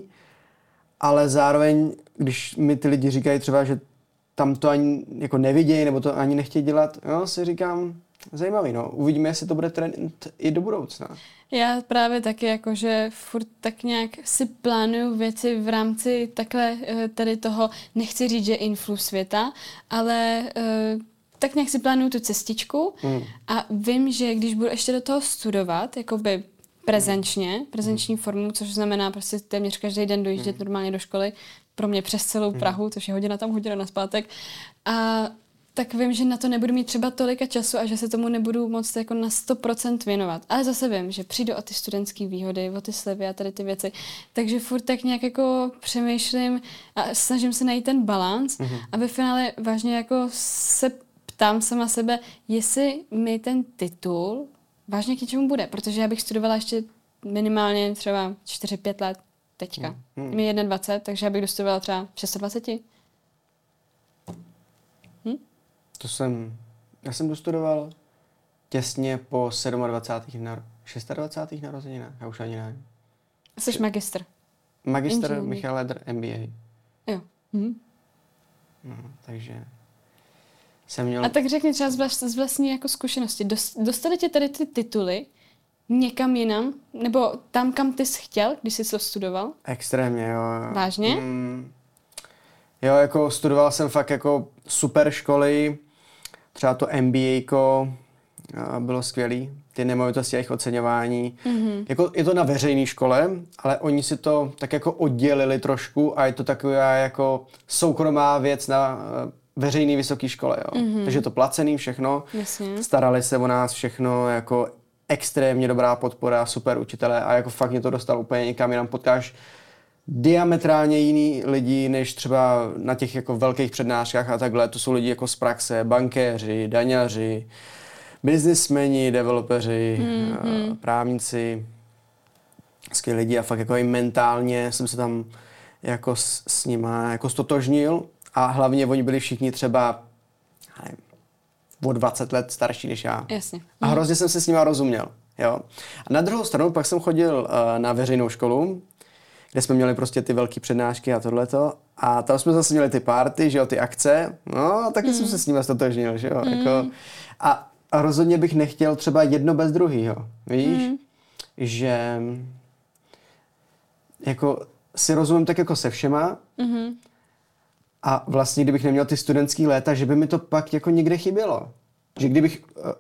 ale zároveň, když mi ty lidi říkají třeba, že tam to ani jako nevidějí, nebo to ani nechtějí dělat, jo, si říkám, zajímavý, no. Uvidíme, jestli to bude trend i do budoucna. Já právě taky jakože furt tak nějak si plánuju věci v rámci takhle tady toho, nechci říct, že influ světa, ale tak nějak si plánuju tu cestičku a vím, že když budu ještě do toho studovat, jakoby prezenční formu, což znamená prostě téměř každý den dojíždět normálně do školy, pro mě přes celou Prahu, což je hodina tam, hodina nazpátek. A tak vím, že na to nebudu mít třeba tolika času a že se tomu nebudu moc jako na 100% věnovat. Ale zase vím, že přijdu o ty studentské výhody, o ty slevy a tady ty věci. Takže furt tak nějak jako přemýšlím a snažím se najít ten balans a ve finále vážně jako se ptám sama sebe, jestli mi ten titul vážně k něčemu bude, protože já bych studovala ještě minimálně třeba 4-5 let teďka. Mi je 21, takže já bych dostudovala třeba 26. Já jsem dostudoval těsně po 26. narozeninách, já už ani nevím. Jsi magistr. Magister Michal Ledr, MBA. Jo. No, takže jsem měl... A tak řekni třeba z vlastní jako zkušenosti. Dostali tě tady ty tituly někam jinam? Nebo tam, kam ty jsi chtěl, když jsi to studoval? Extrémně, jo. Vážně? Jo, jako studoval jsem fakt jako super školy, třeba to MBA bylo skvělý, ty nemovitosti a jejich oceňování. Jako, je to na veřejné škole, ale oni si to tak jako oddělili trošku a je to taková jako soukromá věc na veřejné vysoké škole. Jo. Takže je to placený všechno, Jasně. starali se o nás všechno, jako extrémně dobrá podpora, super učitelé a jako fakt mě to dostal úplně někam jinam, potkáš diametrálně jiný lidi, než třeba na těch jako velkých přednáškách a takhle. To jsou lidi jako z praxe, bankéři, daňaři, biznismeni, developeři, právníci, skvělí lidi a fakt jako i mentálně jsem se tam jako s nima jako stotožnil a hlavně oni byli všichni třeba nevím, o 20 let starší než já. Jasně. A hrozně jsem se s nima rozuměl. Jo. A na druhou stranu pak jsem chodil na veřejnou školu, kde jsme měli prostě ty velké přednášky a tohleto. A tam jsme zase měli ty party, že jo, ty akce. No a taky jsem se s nimi stotožnil, že jo. Jako, a rozhodně bych nechtěl třeba jedno bez druhýho, víš? Že jako si rozumím tak jako se všema a vlastně kdybych neměl ty studentský léta, že by mi to pak jako někde chybělo.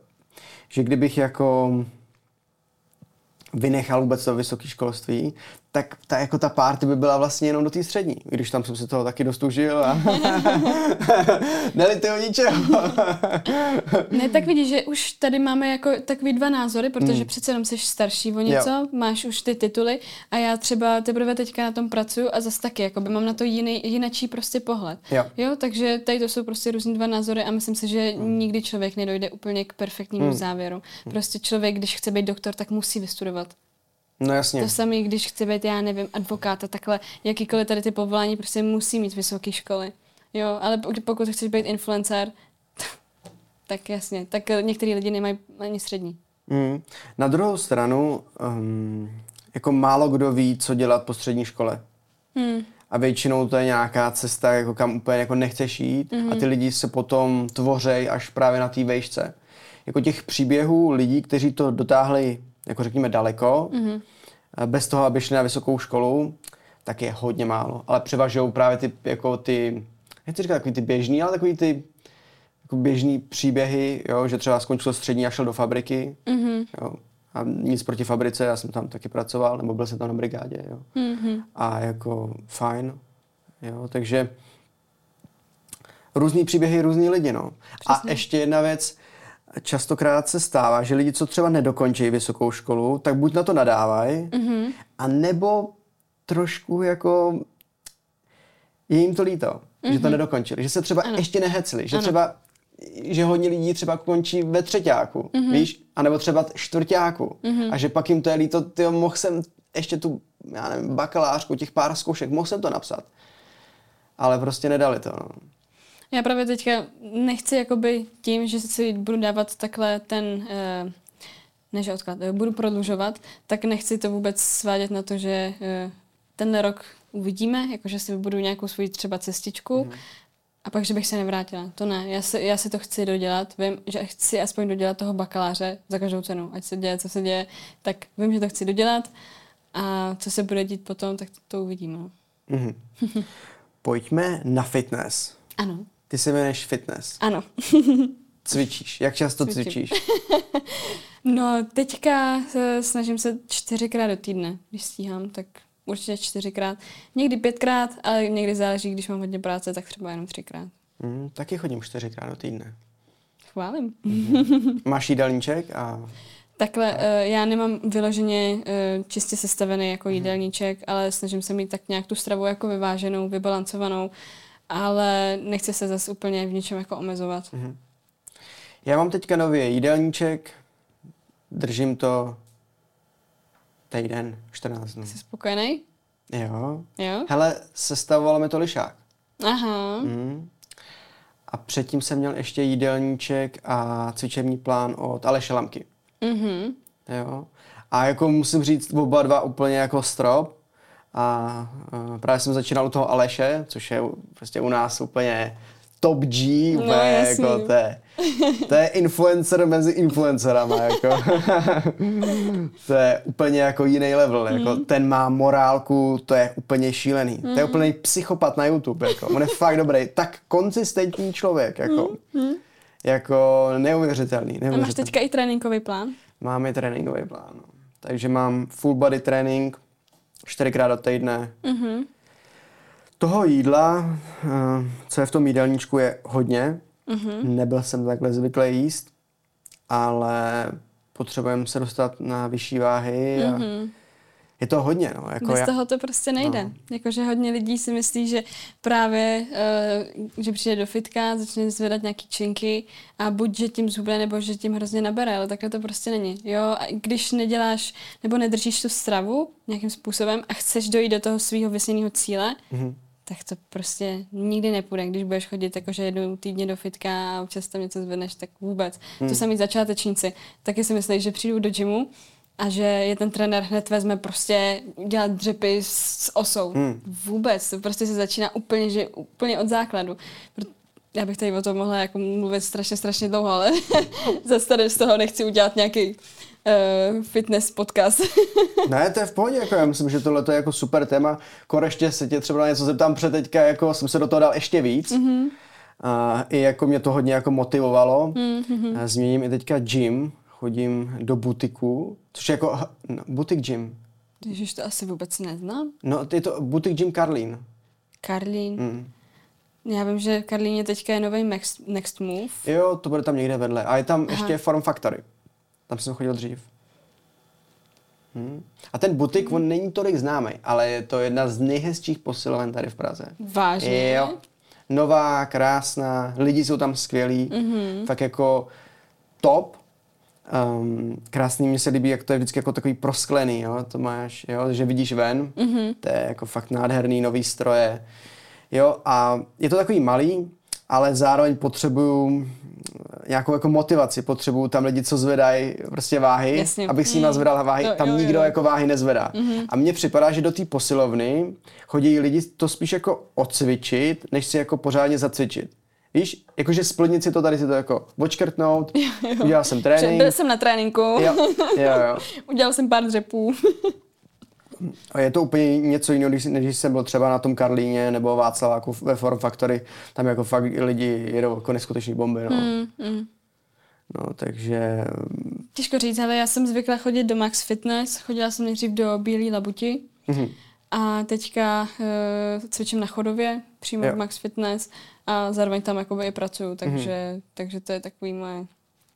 Že kdybych jako vynechal vůbec to vysoké školství, tak ta party by byla vlastně jenom do té střední, i když tam jsem se toho taky dost užil a nelituju ničeho. Ne, tak vidíš, že už tady máme jako takový dva názory, protože přece jenom jsi starší o něco, máš už ty tituly a já třeba teprve teďka na tom pracuju a zase taky, jakoby mám na to jinačí prostě pohled. Jo, takže tady to jsou prostě různý dva názory a myslím si, že nikdy člověk nedojde úplně k perfektnímu závěru. Prostě člověk, když chce být doktor, tak musí vystudovat. No jasně. To samé, když chce být, já nevím, advokáta, takhle, jakýkoliv tady ty povolání prostě musí mít vysoké školy. Jo, ale pokud chceš být influencer, tak jasně, tak některý lidi nemají ani střední. Na druhou stranu, jako málo kdo ví, co dělat po střední škole. A většinou to je nějaká cesta, jako kam úplně jako nechceš jít a ty lidi se potom tvořejí až právě na té vejšce. Jako těch příběhů lidí, kteří to dotáhli, jako řekněme, daleko, bez toho, aby šli na vysokou školu, tak je hodně málo. Ale převažují právě ty, nechci říkat takový ty běžný, ale takový ty jako běžný příběhy, jo, že třeba skončil střední a šel do fabriky. Jo. A nic proti fabrice, já jsem tam taky pracoval, nebo byl jsem tam na brigádě. Jo. A jako fajn. Jo, takže různý příběhy, různý lidi. No. A ještě jedna věc, častokrát se stává, že lidi, co třeba nedokončí vysokou školu, tak buď na to nadávají, a nebo trošku jako je jim to líto, že to nedokončili, že se třeba ještě nehecli, že třeba že hodně lidí třeba končí ve třeťáku, víš, anebo třeba čtvrťáku a že pak jim to je líto, tyjo, mohl jsem ještě tu, já nevím, bakalářku, těch pár zkoušek, mohl jsem to napsat, ale prostě nedali to, no. Já právě teďka nechci jakoby tím, že si budu dávat takhle ten, než odklad, budu prodlužovat, tak nechci to vůbec svádět na to, že tenhle rok uvidíme, jakože si budu nějakou svoji třeba cestičku a pak, že bych se nevrátila. To ne, já si to chci dodělat, vím, že chci aspoň dodělat toho bakaláře za každou cenu, ať se děje, co se děje, tak vím, že to chci dodělat a co se bude dít potom, tak to uvidíme. Pojďme na fitness. Ano. Ty se jmenuješ fitness. Ano. Cvičíš. Jak často cvičíš? No, teďka snažím se 4krát do týdne, když stíhám, tak určitě 4krát. Někdy 5krát, ale někdy záleží, když mám hodně práce, tak třeba jenom 3krát. Taky chodím 4krát do týdne. Chválím. Máš jídelníček a... Takhle, já nemám vyloženě čistě sestavený jako jídelníček, ale snažím se mít tak nějak tu stravu jako vyváženou, vybalancovanou, ale nechci se zase úplně v ničem jako omezovat. Já mám teďka nový jídelníček, držím to týden, 14 dnů. Jsi spokojený? Jo. Jo? Hele, sestavoval mi to lišák. Aha. A předtím jsem měl ještě jídelníček a cvičební plán od Aleše Lamky. Jo. A jako musím říct, oba dva úplně jako strop. A právě jsem začínal u toho Aleše, což je prostě u nás úplně top G, no, jako to je influencer mezi influencerama, jako. To je úplně jako jiný level, jako ten má morálku, to je úplně šílený. To je úplně psychopat na YouTube, jako. On je fakt dobrý, tak konzistentní člověk, jako. Jako neuvěřitelný. A máš teďka i tréninkový plán? Mám i tréninkový plán, no. Takže mám full body trénink, 4krát do týdne. Toho jídla, co je v tom jídelníčku, je hodně. Nebyl jsem takhle zvyklý jíst, ale potřebujeme se dostat na vyšší váhy a je to hodně. No. Jako bez toho to prostě nejde. No. Jakože hodně lidí si myslí, že právě, že přijde do fitka, začne zvedat nějaký činky a buď, že tím zhubne, nebo že tím hrozně nabere, ale takhle to prostě není. Jo, a když neděláš nebo nedržíš tu stravu nějakým způsobem a chceš dojít do toho svého vysněného cíle, tak to prostě nikdy nepůjde, když budeš chodit jakože jednou týdně do fitka a občas tam něco zvedneš, tak vůbec. To samý začátečníci. Taky si myslí, že přijdou do gymu a že je ten trenér hned vezme prostě dělat dřepy s osou. Vůbec. To prostě se začíná úplně od základu. Já bych tady o tom mohla jako mluvit strašně dlouho, ale zase tady z toho nechci udělat nějaký fitness podcast. Ne, to je v pohodě, jako já myslím, že tohle je jako super téma. Koreště se tě třeba na něco zeptám před teďka, jako jsem se do toho dal ještě víc. I jako mě to hodně jako motivovalo. Změním i teďka gym, chodím do butiku, což je jako butik gym. Ježiš, to asi vůbec neznám. No, je to Boutique Gym Karlín. Karlín. Já vím, že v Karlíně teďka je nový Next Move. Jo, to bude tam někde vedle. A je tam ještě Form Factory. Tam jsem chodil dřív. A ten butik, on není tolik známý, ale je to jedna z nejhezčích posiloven tady v Praze. Vážně? Jo. Nová, krásná, lidi jsou tam skvělí. Fakt jako top. Krásný, mně se líbí, jak to je vždycky jako takový prosklený, jo, to máš, jo, že vidíš ven, to je jako fakt nádherný, nový stroje, jo, a je to takový malý, ale zároveň potřebuju nějakou jako motivaci, potřebuju tam lidi, co zvedají prostě váhy, jasně. Abych s nima zvedal váhy, tam nikdo jako váhy nezvedá. A mně připadá, že do té posilovny chodí lidi to spíš jako odcvičit, než si jako pořádně zacvičit. Víš, jakože splnit si to, tady si to jako odškrtnout, udělal jsem trénink. Byl jsem na tréninku. Jo. Udělal jsem pár dřepů. A je to úplně něco jiného, než jsem byl třeba na tom Karlíně nebo Václaváku ve Form Factory. Tam jako fakt lidi jedou jako neskuteční bomby, no. No, takže... Těžko říct, ale já jsem zvykla chodit do Max Fitness, chodila jsem nejdřív do Bílé Labuti a teďka cvičím na Chodově, přímo v Max Fitness a zároveň tam jakoby i pracuju, takže to je takový moje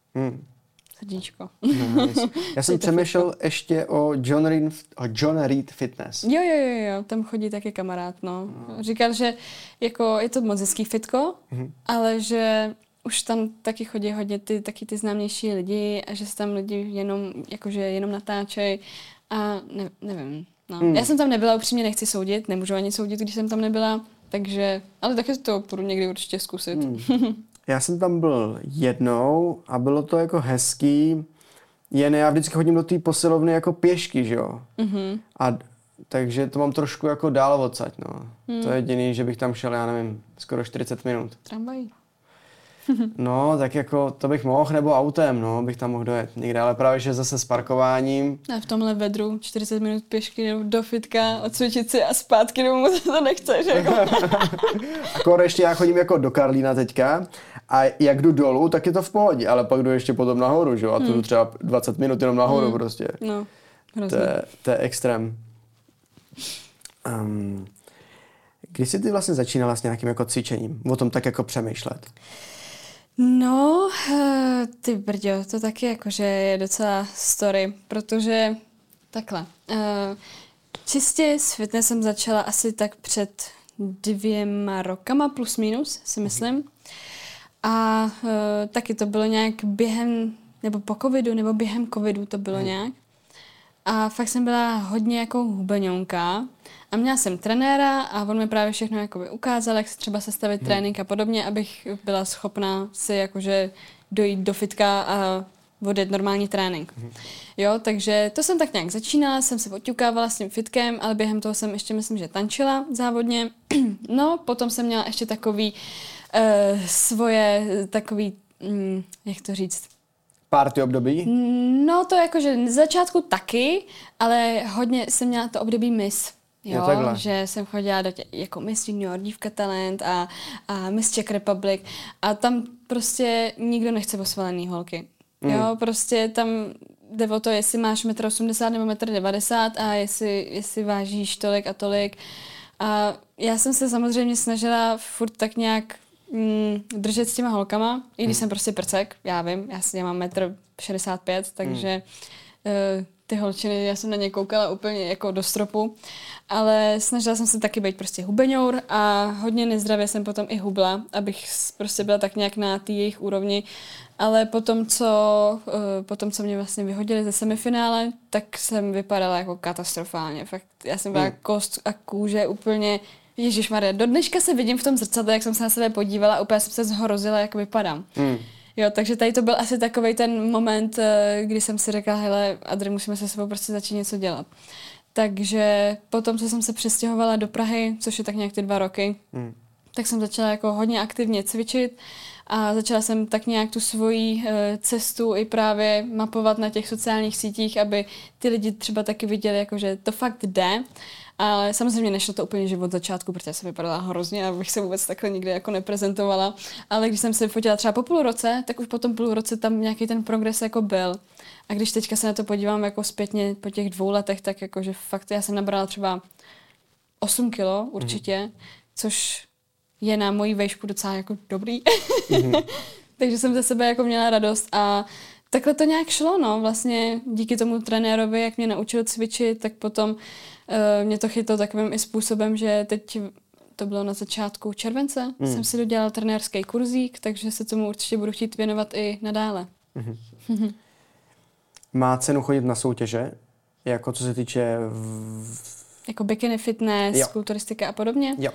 srdíčko. Nice. Já jsem přemýšlel ještě o John Reed Fitness. Jo, tam chodí taky kamarád, no. Říkal, že jako je to moc hezký fitko, ale že už tam taky chodí hodně taky ty známější lidi a že se tam lidi jenom natáčejí a nevím. No. Já jsem tam nebyla, upřímně nechci soudit, nemůžu ani soudit, když jsem tam nebyla, takže, ale taky to budu někdy určitě zkusit. Já jsem tam byl jednou a bylo to jako hezký, jen já vždycky chodím do té posilovny jako pěšky, že jo. A takže to mám trošku jako dál odsaď, no. To je jediný, že bych tam šel, já nevím, skoro 40 minut. Tramvají. No, tak jako to bych mohl, nebo autem, no, bych tam mohl dojet někde, ale právě, že zase s parkováním. A v tomhle vedru 40 minut pěšky do fitka, odcvičit si a zpátky domů, to nechceš, jako. Akor ještě já chodím jako do Karlína teďka a jak jdu dolů, tak je to v pohodě, ale pak jdu ještě potom nahoru, že jo, a to jdu třeba 20 minut jenom nahoru prostě. No, hrozně. To je extrém. Když jsi ty vlastně začínala s nějakým jako cvičením, o tom tak jako přemýšlet? No, ty brďo, to taky jakože je docela story, protože takhle. Čistě s fitnessem začala asi tak před 2 rokama, plus minus, si myslím. A taky to bylo nějak během, nebo po covidu, nebo během covidu to bylo nějak. A fakt jsem byla hodně jako hubeňonka a měla jsem trenéra a on mi právě všechno jakoby ukázal, jak se třeba sestavit trénink a podobně, abych byla schopná si jakože dojít do fitka a odjet normální trénink. Jo, takže to jsem tak nějak začínala, jsem se poťukávala s tím fitkem, ale během toho jsem ještě myslím, že tančila závodně. No, potom jsem měla ještě takový svoje, jak to říct, Party období? No to jakože z začátku taky, ale hodně jsem měla to období Miss. Jo, že jsem chodila do jako Miss Junior, Dívka Talent a Miss Czech Republic a tam prostě nikdo nechce osvalený holky. Jo, prostě tam jde o to, jestli máš 1,80 m nebo 1,90 m a jestli vážíš tolik a tolik. A já jsem se samozřejmě snažila furt tak nějak držet s těma holkama, i když jsem prostě prcek, já vím, já mám 1,65 m, takže ty holčiny, já jsem na ně koukala úplně jako do stropu, ale snažila jsem se taky být prostě hubeňour a hodně nezdravě jsem potom i hubla, abych prostě byla tak nějak na té jejich úrovni, ale potom, co mě vlastně vyhodili ze semifinále, tak jsem vypadala jako katastrofálně, fakt já jsem byla kost a kůže úplně. Ježišmarja, do dneška se vidím v tom zrcadle, jak jsem se na sebe podívala a úplně jsem se zhrozila, jak vypadám. Jo, takže tady to byl asi takovej ten moment, kdy jsem si řekla, hele, Adri, musíme se sebou prostě začít něco dělat. Takže potom, co jsem se přestěhovala do Prahy, což je tak nějak ty 2 roky, tak jsem začala jako hodně aktivně cvičit a začala jsem tak nějak tu svoji cestu i právě mapovat na těch sociálních sítích, aby ty lidi třeba taky viděli, jako, že to fakt jde. Ale samozřejmě nešlo to úplně život od začátku, protože jsem vypadala hrozně a bych se vůbec takhle nikdy jako neprezentovala. Ale když jsem se fotila třeba po půl roce, tak už po tom půl roce tam nějaký ten progres jako byl. A když teďka se na to podívám jako zpětně po těch 2 letech, tak jakože fakt já jsem nabrala třeba 8 kilo určitě, což je na moji vejšku docela jako dobrý. Takže jsem ze sebe jako měla radost a takhle to nějak šlo, no. Vlastně díky tomu trenérovi, jak mě naučil cvičit, tak potom mě to chytlo takovým i způsobem, že teď to bylo na začátku července, jsem si dodělala trenérský kurzík, takže se tomu určitě budu chtít věnovat i nadále. Má cenu chodit na soutěže? Jako co se týče... Jako bikini fitness, jo. kulturistika a podobně? Jo.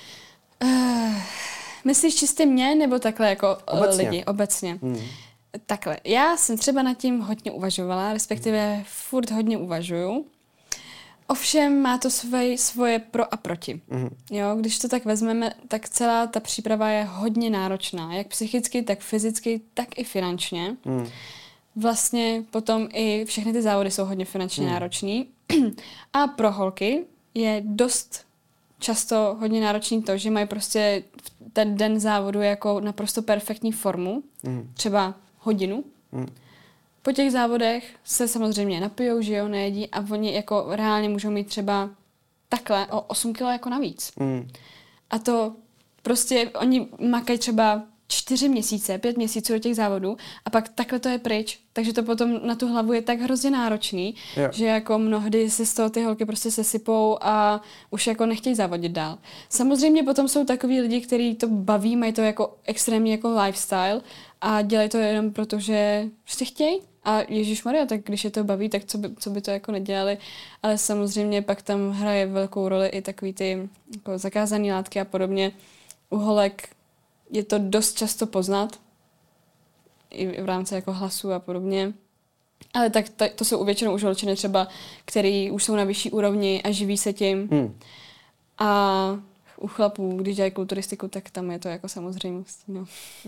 Myslíš čistě mě, nebo takhle jako Obecně. lidi? Obecně. Takhle. Já jsem třeba nad tím hodně uvažovala, respektive furt hodně uvažuju. Ovšem má to svoje pro a proti. Jo, když to tak vezmeme, tak celá ta příprava je hodně náročná. Jak psychicky, tak fyzicky, tak i finančně. Vlastně potom i všechny ty závody jsou hodně finančně náročný. A pro holky je dost často hodně náročný to, že mají prostě ten den závodu jako naprosto perfektní formu. Třeba hodinu. Po těch závodech se samozřejmě napijou, žijou, nejedí a oni jako reálně můžou mít třeba takhle o 8 kilo jako navíc. A to prostě oni makají třeba 4 měsíce, 5 měsíců do těch závodů a pak takhle to je pryč. Takže to potom na tu hlavu je tak hrozně náročný, že jako mnohdy se z toho ty holky prostě sesypou a už jako nechtějí závodit dál. Samozřejmě potom jsou takový lidi, kteří to baví, mají to jako extrémní jako lifestyle a dělají to jenom proto, že prostě chtějí. A ježišmarja, tak když je to baví, tak co by to jako nedělali. Ale samozřejmě pak tam hraje velkou roli i takový ty jako zakázané látky a podobně. U holek je to dost často poznat, i v rámci jako hlasu a podobně. Ale tak to jsou většinou už holčiny třeba, který už jsou na vyšší úrovni a živí se tím. A u chlapů, když dělají kulturistiku, tak tam je to jako samozřejmost. No.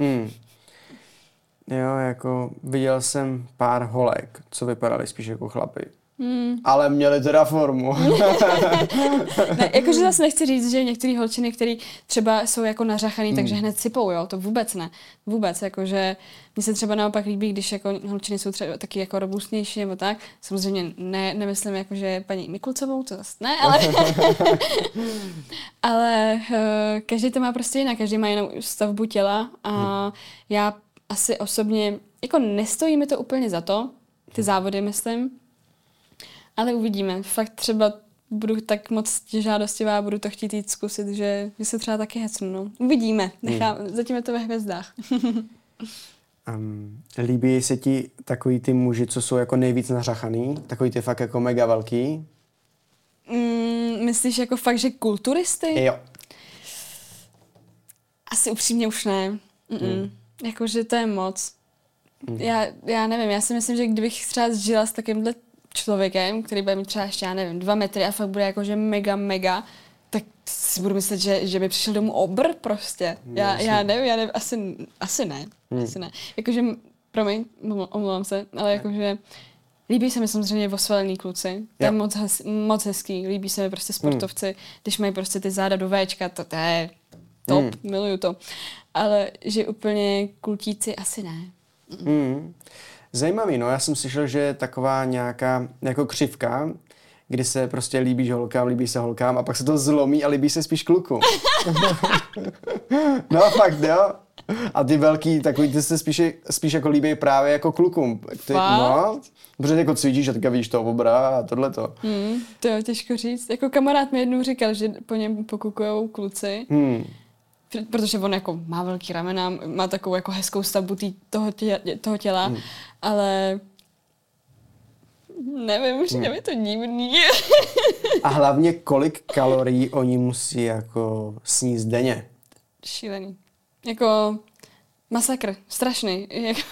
Jo, jako viděl jsem pár holek, co vypadaly spíš jako chlapy. Ale měli teda formu. Ne, jakože zase nechci říct, že některé holčiny, které třeba jsou jako nařachaný, takže hned sypou, jo, to vůbec ne. Vůbec, jakože mně se třeba naopak líbí, když jako holčiny jsou třeba taky jako robustnější nebo tak. Samozřejmě nemyslím jako, že paní Mikulcovou, to zase ne, ale každý to má prostě jinak, každý má jinou stavbu těla a já asi osobně, jako nestojí mi to úplně za to, ty závody myslím, ale uvidíme. Fakt třeba budu tak moc žádostivá, budu to chtít jít zkusit, že se třeba taky hecnu. No. Uvidíme. Zatím je to ve hvězdách. Líbí se ti takový ty muži, co jsou jako nejvíc nařachaný? Takový ty fakt jako mega velký? Myslíš jako fakt, že kulturisty? Jo. Asi upřímně už ne. Jakože to je moc. Já nevím, já si myslím, že kdybych třeba žila s takýmhle člověkem, který bude mít třeba ještě, já nevím, 2 metry a fakt bude jakože mega, tak si budu myslet, že by přišel domů obr prostě. Já nevím, asi ne. Asi ne. Jakože, promiň, omlouvám se, ale jakože líbí se mi samozřejmě osvalený kluci. To je moc hezký. Líbí se mi prostě sportovci, když mají prostě ty záda do Včka, to je top, miluju to. Ale že úplně kultíci asi ne. Zajímavý, no, já jsem slyšel, že je taková nějaká jako křivka, kdy se prostě líbíš holkám, líbí se holkám a pak se to zlomí a líbí se spíš klukům. No fakt, jo. A ty velký, takový, ty se spíš jako líbí právě jako klukům. No, protože jako cvičíš a teďka vidíš toho obra a tohleto. To je těžko říct. Jako kamarád mi jednou říkal, že po něm pokukujou kluci. Protože on jako má velký ramena, má takovou jako hezkou stavbu toho těla, ale nevím, přijde mi to divný. A hlavně kolik kalorií oni musí jako sníst denně? Šílený. Jako masakr, strašný.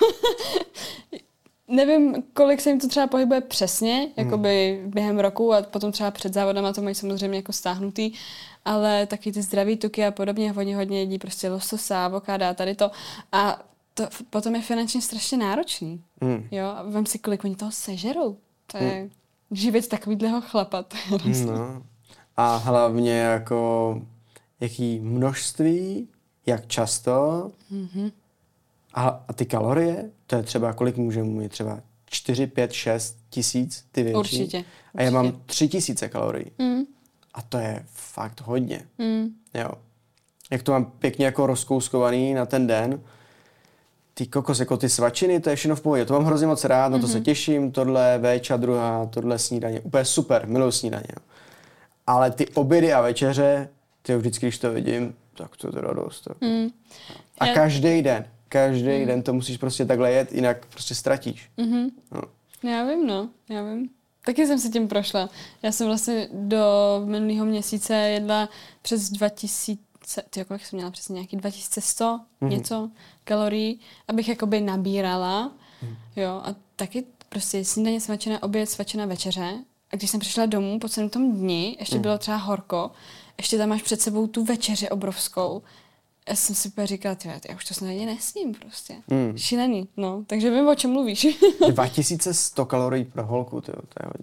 Nevím, kolik se jim to třeba pohybuje přesně, jakoby během roku a potom třeba před závodama to mají samozřejmě jako stáhnutý, ale taky ty zdraví tuky a podobně, oni hodně jedí prostě lososa, avokáda, tady to a to potom je finančně strašně náročný. Jo, a vem si, kolik oni toho sežerou. To je živit takovýhleho chlapa. No. a hlavně jako jaký množství, jak často a ty kalorie, to je třeba kolik můžeme mít, třeba 4, 5, 6 tisíc, ty větší. Určitě. A já mám 3000 kalorií. A to je fakt hodně. Jo. Jak to mám pěkně jako rozkouskovaný na ten den, ty kokos, jako ty svačiny, to je všechno v pohodě. To mám hrozně moc rád, na to se těším, tohle véča druhá, tohle snídaně. Úplně super, miluji snídaně. Jo. Ale ty obědy a večeře, ty vždycky, když to vidím, tak to je teda dost. A každý den to musíš prostě takhle jet, jinak prostě ztratíš. No. Já vím. Taky jsem si tím prošla. Já jsem vlastně do minulého měsíce jedla přes 2000, kolik jsem měla přesně, nějaký 2100 něco kalorií, abych jakoby nabírala. Jo, a taky prostě snídaně, svačená, oběd, svačená večeře. A když jsem přišla domů po celém tom dni, ještě bylo třeba horko, ještě tam máš před sebou tu večeři obrovskou. Já jsem si úplně říkala, já už to snad ani nesním prostě. Šílený, no. Takže vím, o čem mluvíš. 2100 kalorií pro holku, to je hodně.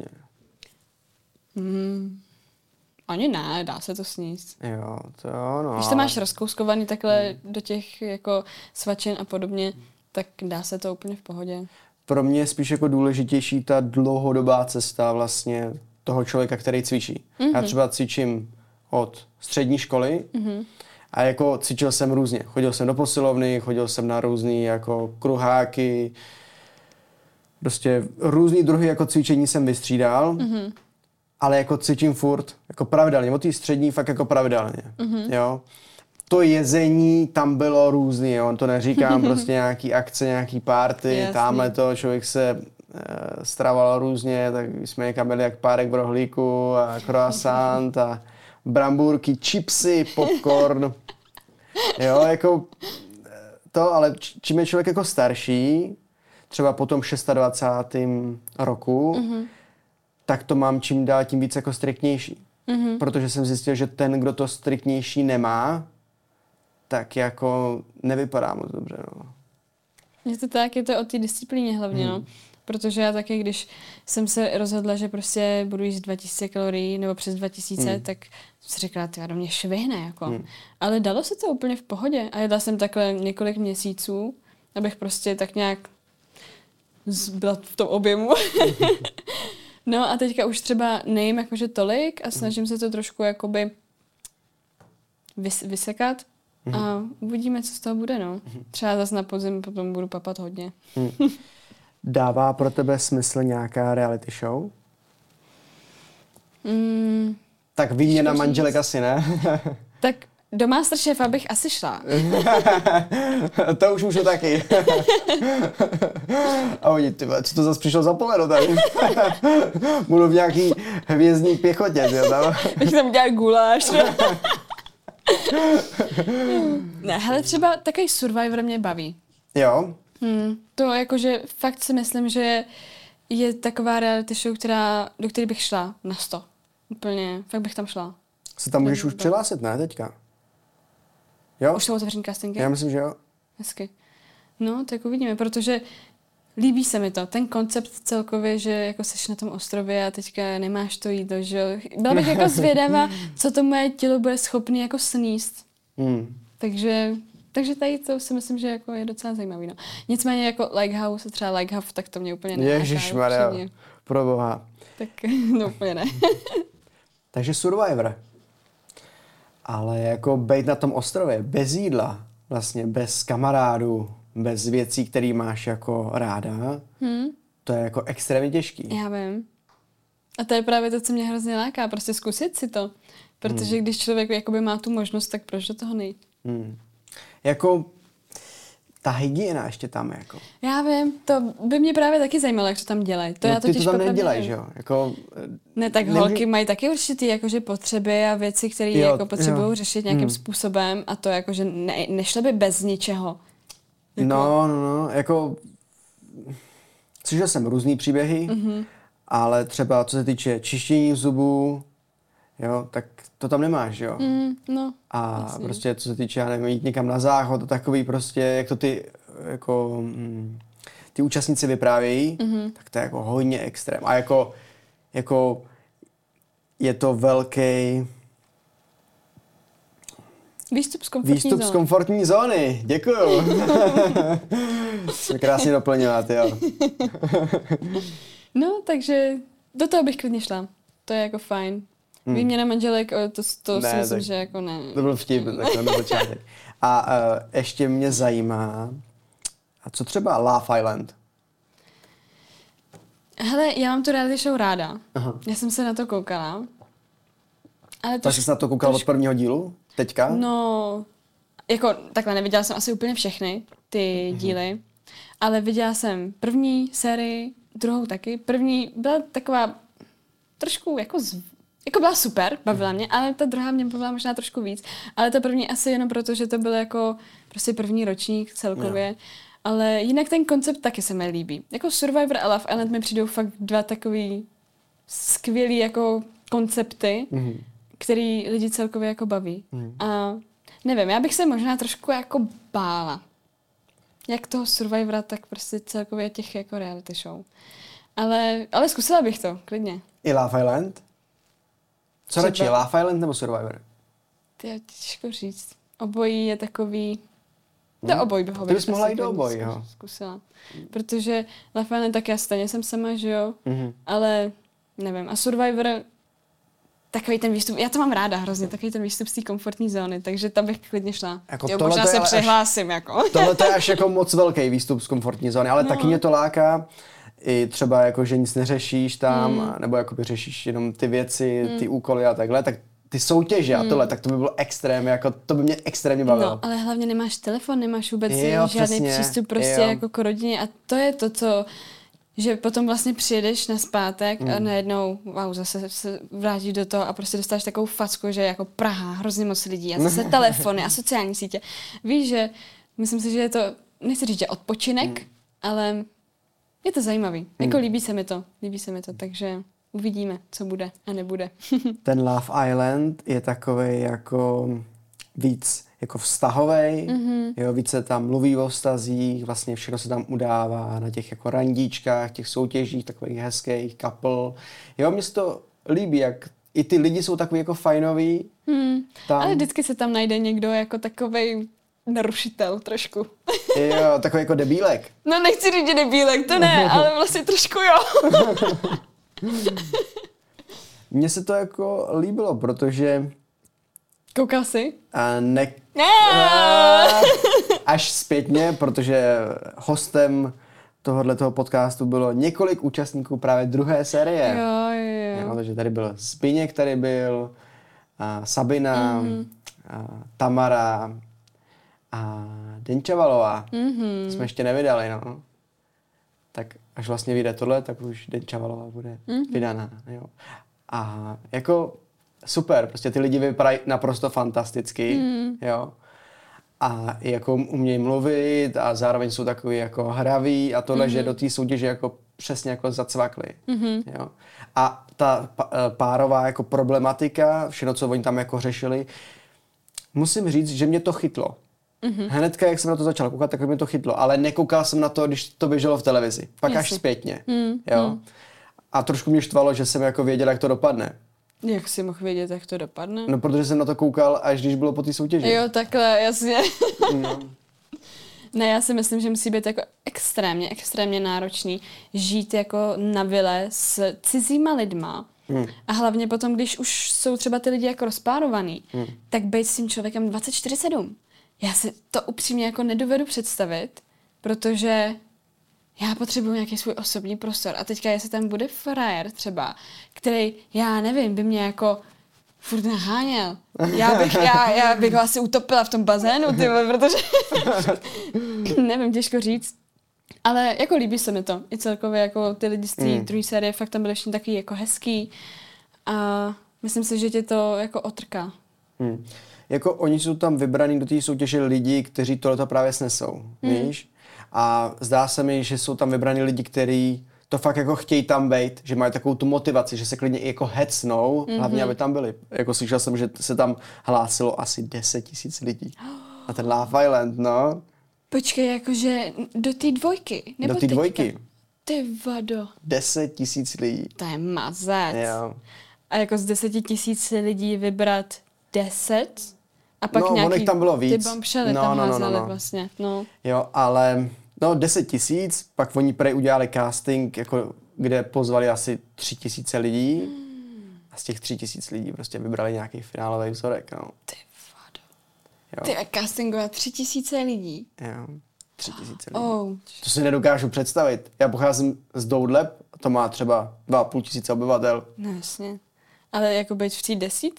Ani ne, dá se to sníst. Jo, to jo, no. Když to máš rozkouskovaný takhle do těch jako svačin a podobně, tak dá se to úplně v pohodě. Pro mě je spíš jako důležitější ta dlouhodobá cesta vlastně toho člověka, který cvičí. Já třeba cvičím od střední školy a jako cvičil jsem různě. Chodil jsem do posilovny, chodil jsem na různý jako kruháky, prostě různý druhy jako cvičení jsem vystřídal, ale jako cvičím furt, jako pravidelně, od té střední fakt jako pravidelně, jo. To jezení tam bylo různý, jo, to neříkám, prostě nějaký akce, nějaký party, tamhle to, člověk se stravoval různě, tak jsme někam byli jak párek v rohlíku a croissant a brambůrky, chipsy, popcorn, jo, jako to, ale čím je člověk jako starší, třeba po tom 26. roku, tak to mám čím dál tím víc jako striktnější. Protože jsem zjistil, že ten, kdo to striktnější nemá, tak jako nevypadá moc dobře, no. Je to tak, je to o té disciplíně hlavně, no. Protože já taky, když jsem se rozhodla, že prostě budu jíst 2000 kalorií nebo přes 2000, tak jsem si říkala, ty do mě švihne, jako. Ale dalo se to úplně v pohodě. A jedla jsem takhle několik měsíců, abych prostě tak nějak byla v tom objemu. No a teďka už třeba nejím jakože tolik a snažím se to trošku jakoby vysekat a uvidíme, co z toho bude, no. Třeba zase na podzim potom budu papat hodně. Dává pro tebe smysl nějaká reality show? Tak výměna manželek asi ne? Tak do Masterchefa bych asi šla. To už můžu taky. A oni, tyhle, co to zase přišlo za poleno tady? Budu v nějaký hvězdní pěchotě, jo, tam. Bych tam dělal guláš. Ne, hele, třeba takový Survivor mě baví. Jo? To jakože fakt si myslím, že je taková reality show, do které bych šla na 100. Úplně, fakt bych tam šla. Se tam můžeš už přihlásit, ne, teďka? Jo? Už jsou otevřený castingy? Já myslím, že jo. Hezky. No, tak uvidíme, protože líbí se mi to, ten koncept celkově, že jako seš na tom ostrově a teďka nemáš to jídlo, že jo. Byla bych jako zvědavá, co to moje tělo bude schopný jako sníst. Takže tady to si myslím, že jako je docela zajímavý, no. Nicméně jako Likehouse, třeba Likehouse, tak to mě úplně nenáká. Ježišmarja, proboha. Tak no úplně ne. Takže Survivor. Ale jako bejt na tom ostrově, bez jídla, vlastně bez kamarádů, bez věcí, které máš jako ráda, to je jako extrémně těžký. Já vím. A to je právě to, co mě hrozně láká, prostě zkusit si to. Protože když člověk jakoby má tu možnost, tak proč do toho nejít? Jako ta hygiena ještě tam jako. Já vím, to by mě právě taky zajímalo, jak to tam dělají. To no, já ty to tam nedělají, že jo? Jako, ne, tak holky mají taky určitý jakože potřeby a věci, které jako potřebují řešit nějakým způsobem a to jakože nešlo by bez ničeho. Jako... No, jako slyšel jsem různý příběhy, ale třeba co se týče čištění zubů, jo, tak to tam nemáš, jo. No, a vlastně. prostě co se týče, já nevím, jít někam na záchod a takový prostě, jak to ty jako ty účastníci vyprávějí, tak to je jako hodně extrém. A jako je to velký výstup z komfortní zóny. Děkuju. Jsme krásně doplnila, jo. No, takže do toho bych klidně šla. To je jako fajn. Výměna manželek, to Ne, si myslím, tak že jako ne. To byl vtip, takhle na začátek. A ještě mě zajímá, a co třeba Love Island? Hele, já mám tu reality show ráda. Aha. Já jsem se na to koukala. Ale Tak jsi se na to koukal od prvního dílu? Teďka? No, jako takhle neviděla jsem asi úplně všechny ty díly, ale viděla jsem první sérii, druhou taky. První byla taková trošku jako byla super, bavila mě, ale ta druhá mě bavila možná trošku víc. Ale ta první asi jenom proto, že to byl jako prostě první ročník celkově. No. Ale jinak ten koncept taky se mi líbí. Jako Survivor a Love Island mi přijdou fakt dva takový skvělý jako koncepty, který lidi celkově jako baví. A nevím, já bych se možná trošku jako bála. Jak toho Survivora, tak prostě celkově těch jako reality show. Ale zkusila bych to, klidně. I Love Island? Co radši, Love Island nebo Survivor? To je těžko říct. Obojí je takový... Do obojí bych ho Ty bys mohla jít do obojí, jo. Zkusila. Protože Love Island tak já stejně jsem sama, že jo? Ale nevím. A Survivor, takový ten výstup, já to mám ráda hrozně, takový ten výstup z té komfortní zóny, takže tam bych klidně šla. Jako jo, možná se přihlásím, jako. Tohle to je až jako moc velký výstup z komfortní zóny, ale taky mě to láká. I třeba jako, že nic neřešíš tam, nebo jakoby řešíš jenom ty věci, ty úkoly a takhle, tak ty soutěže a tohle, tak to by bylo extrém, jako to by mě extrémně bavilo. No, ale hlavně nemáš telefon, nemáš vůbec žádný přístup prostě jako k rodině a to je to, co, že potom vlastně přijedeš na zpátek a najednou, wow, zase se vrátíš do toho a prostě dostáš takovou facku, že jako Praha, hrozně moc lidí a zase telefony a sociální sítě. Víš, že myslím si, že je to, nechci říct, že odpočinek, ale je to zajímavý. Jako líbí se mi to, takže uvidíme, co bude a nebude. Ten Love Island je takovej jako víc jako vztahovej, jo, víc se tam mluví o vztazích, vlastně všechno se tam udává na těch jako randíčkách, těch soutěžích, takových hezkých couple. Jo, mně se to líbí, jak i ty lidi jsou takový jako fajnoví. Tam. Ale vždycky se tam najde někdo jako takovej narušitel trošku. Jo, takový jako debílek. No nechci říct, že debílek, to ne, ale vlastně trošku jo. Mně se to jako líbilo, protože... Koukal jsi? Ne. Až zpětně, protože hostem tohoto podcastu bylo několik účastníků právě druhé série. Jo. Takže tady byl Zbyněk, tady byl Sabina, Tamara a Denčavalová. To jsme ještě nevydali, no. Tak až vlastně vyjde tohle, tak už Denčavalová bude vydaná. Jo. A jako super, prostě ty lidi vypadají naprosto fantasticky, jo. A jako umějí mluvit a zároveň jsou takový jako hraví a tohle, že do té soutěže jako přesně jako zacvakli, jo. A ta párová jako problematika, všechno, co oni tam jako řešili, musím říct, že mě to chytlo. Hnedka, jak jsem na to začal koukat, tak mě to chytlo, ale nekoukal jsem na to, když to běželo v televizi. Pak až zpětně, jo. A trošku mě štvalo, že jsem jako věděl, jak to dopadne. Jak jsi mohl vědět, jak to dopadne? No, protože jsem na to koukal, až když bylo po té soutěži. Jo, takhle, jasně. No. Ne, já si myslím, že musí být jako extrémně náročný žít jako na vile s cizíma lidma. A hlavně potom, když už jsou třeba ty lidi jako rozpárovaný, tak být s tím člověkem 24/7. Já si to upřímně jako nedovedu představit, protože já potřebuji nějaký svůj osobní prostor. A teďka, jestli tam bude frajer třeba, který, já nevím, by mě jako furt naháněl. Já bych ho asi utopila v tom bazénu, protože nevím, těžko říct. Ale jako líbí se mi to. I celkově jako ty lidi z té druhé série fakt tam byly všichni takový jako hezký. A myslím si, že tě to jako otrká. Jako oni jsou tam vybraní do té soutěže lidi, kteří tohleto právě snesou, víš? A zdá se mi, že jsou tam vybraní lidi, kteří to fakt jako chtějí tam být, že mají takovou tu motivaci, že se klidně i jako hecnou, hlavně aby tam byli. Jako slyšel jsem, že se tam hlásilo asi 10 000 lidí. A ten Love Island, no. Počkej, jakože do té dvojky, nebo do té dvojky. Ty vado. 10 000 lidí. To je mazec. Jo. A jako z 10 000 lidí vybrat 10 a pak nějaký tam bylo víc. Ty bombšely tam házeli vlastně. No. Jo, ale 10 000, pak oni prej udělali casting, jako, kde pozvali asi 3 000 lidí a z těch 3 000 lidí prostě vybrali nějaký finálový vzorek. No. Ty vado. Ty castingové 3 000 lidí. Jo, 3 000 lidí. To si nedokážu představit. Já pocházím z Doudleb, to má třeba 2 500 obyvatel. No jasně. Ale jako být v té 10.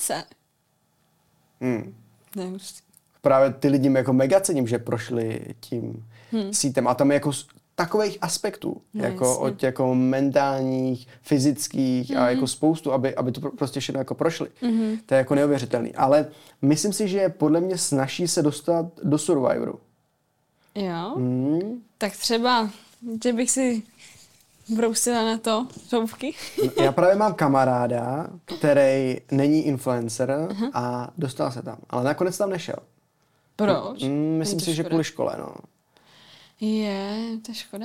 Právě ty lidi jako mega cením, že prošli tím sítem. A tam je jako takových aspektů, jako od jako mentálních, fyzických a jako spoustu, aby to prostě všechno jako prošli. To je jako neuvěřitelný. Ale myslím si, že je podle mě snazší se dostat do Survivoru. Jo? Tak třeba, že bych si brousila na to šouvky. Já právě mám kamaráda, který není influencer a dostal se tam. Ale nakonec tam nešel. Proč? Myslím si, že kvůli škole, no. To je škoda.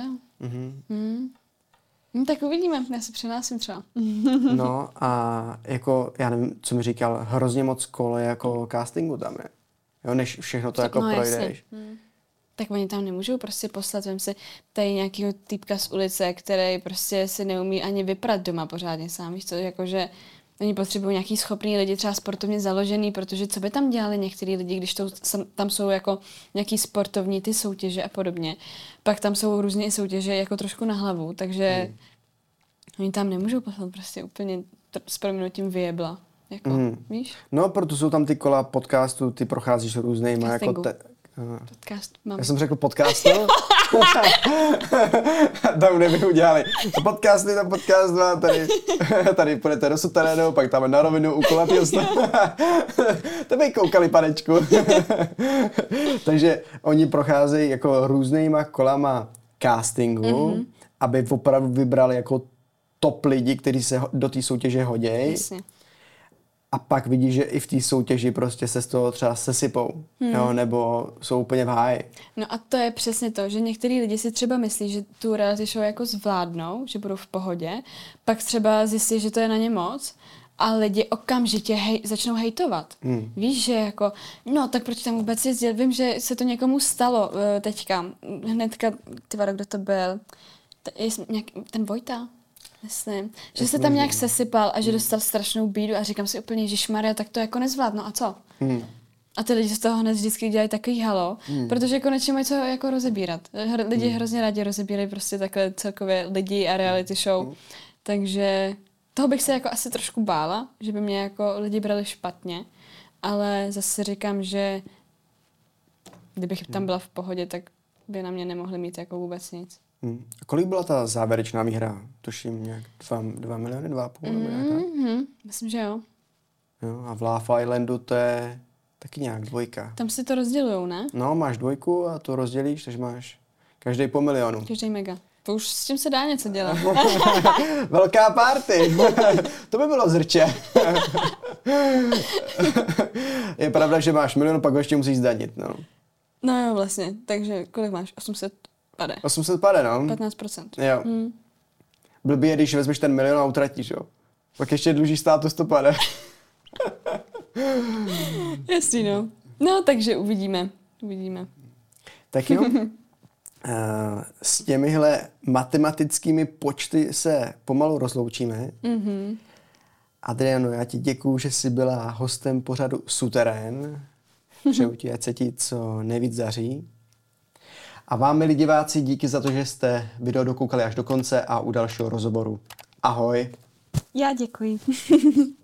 Tak uvidíme, já se přihlásím třeba. No a jako, já nevím, co mi říkal, hrozně moc kole jako castingu tam je. Jo, než všechno to jako projdeš. Tak oni tam nemůžou prostě poslat, vem si tady nějakýho týpka z ulice, který prostě si neumí ani vyprat doma pořádně sám, víš co, jakože oni potřebují nějaký schopný lidi, třeba sportovně založený, protože co by tam dělali některý lidi, když tam jsou jako nějaký sportovní ty soutěže a podobně. Pak tam jsou různé soutěže jako trošku na hlavu, takže oni tam nemůžou poslat prostě úplně s prominutím vyjebla. Jako, víš? No, proto jsou tam ty kola podcastu, ty procházíš různýma jako podcast mám. Já jsem řekl podcastu. Tam kdyby udělali podcasty, podcast a tady půjdete do suterénu, pak tam na rovinu u kolatýho stolu. To by koukali, panečku. Takže oni procházejí jako různýma kolama castingu, aby opravdu vybrali jako top lidi, kteří se do té soutěže hodějí. Jasně. A pak vidíš, že i v té soutěži prostě se z toho třeba sesypou, jo, nebo jsou úplně v háji. No a to je přesně to, že některý lidi si třeba myslí, že tu reality show jako zvládnou, že budou v pohodě, pak třeba zjistí, že to je na ně moc a lidi okamžitě začnou hejtovat. Víš, že jako, no tak proč tam vůbec jezdil? Vím, že se to někomu stalo teďka, hnedka, kdo to byl? Ten Vojta? Myslím, že se tam nějak sesypal a že dostal strašnou bídu a říkám si úplně, ježišmarja, tak to jako nezvládnu, a co? A ty lidi z toho hned vždycky dělají takový halo, protože konečně mají co jako rozebírat. Lidi hrozně rádi rozebírají prostě takhle celkově lidi a reality show, takže toho bych se jako asi trošku bála, že by mě jako lidi brali špatně, ale zase říkám, že kdybych tam byla v pohodě, tak by na mě nemohli mít jako vůbec nic. A kolik byla ta závěrečná výhra? Tuším nějak 2 miliony, 2,5 nebo nějak tak? Myslím, že jo. Jo. A v Love Islandu to je taky nějak 2. Tam si to rozdělujou, ne? No, máš 2 a to rozdělíš, takže máš každý po milionu. Každý mega. To už s tím se dá něco dělat. Velká party. To by bylo zrče. Je pravda, že máš milion, pak ho ještě musíš zdanit, no. No jo, vlastně. Takže kolik máš? 800 pade. 800 pade, no. 15%. Jo. Blbý je, když vezmeš ten milion a utratíš, jo. Pak ještě dluží státu 100 pade. Jasný, no. No, takže uvidíme. Tak jo. S těmihle matematickými počty se pomalu rozloučíme. Adriano, já ti děkuju, že jsi byla hostem pořadu Suterén. Přeju ti, ať se ti co nejvíc daří. A vám, milí diváci, díky za to, že jste video dokoukali až do konce a u dalšího rozhovoru. Ahoj. Já děkuji.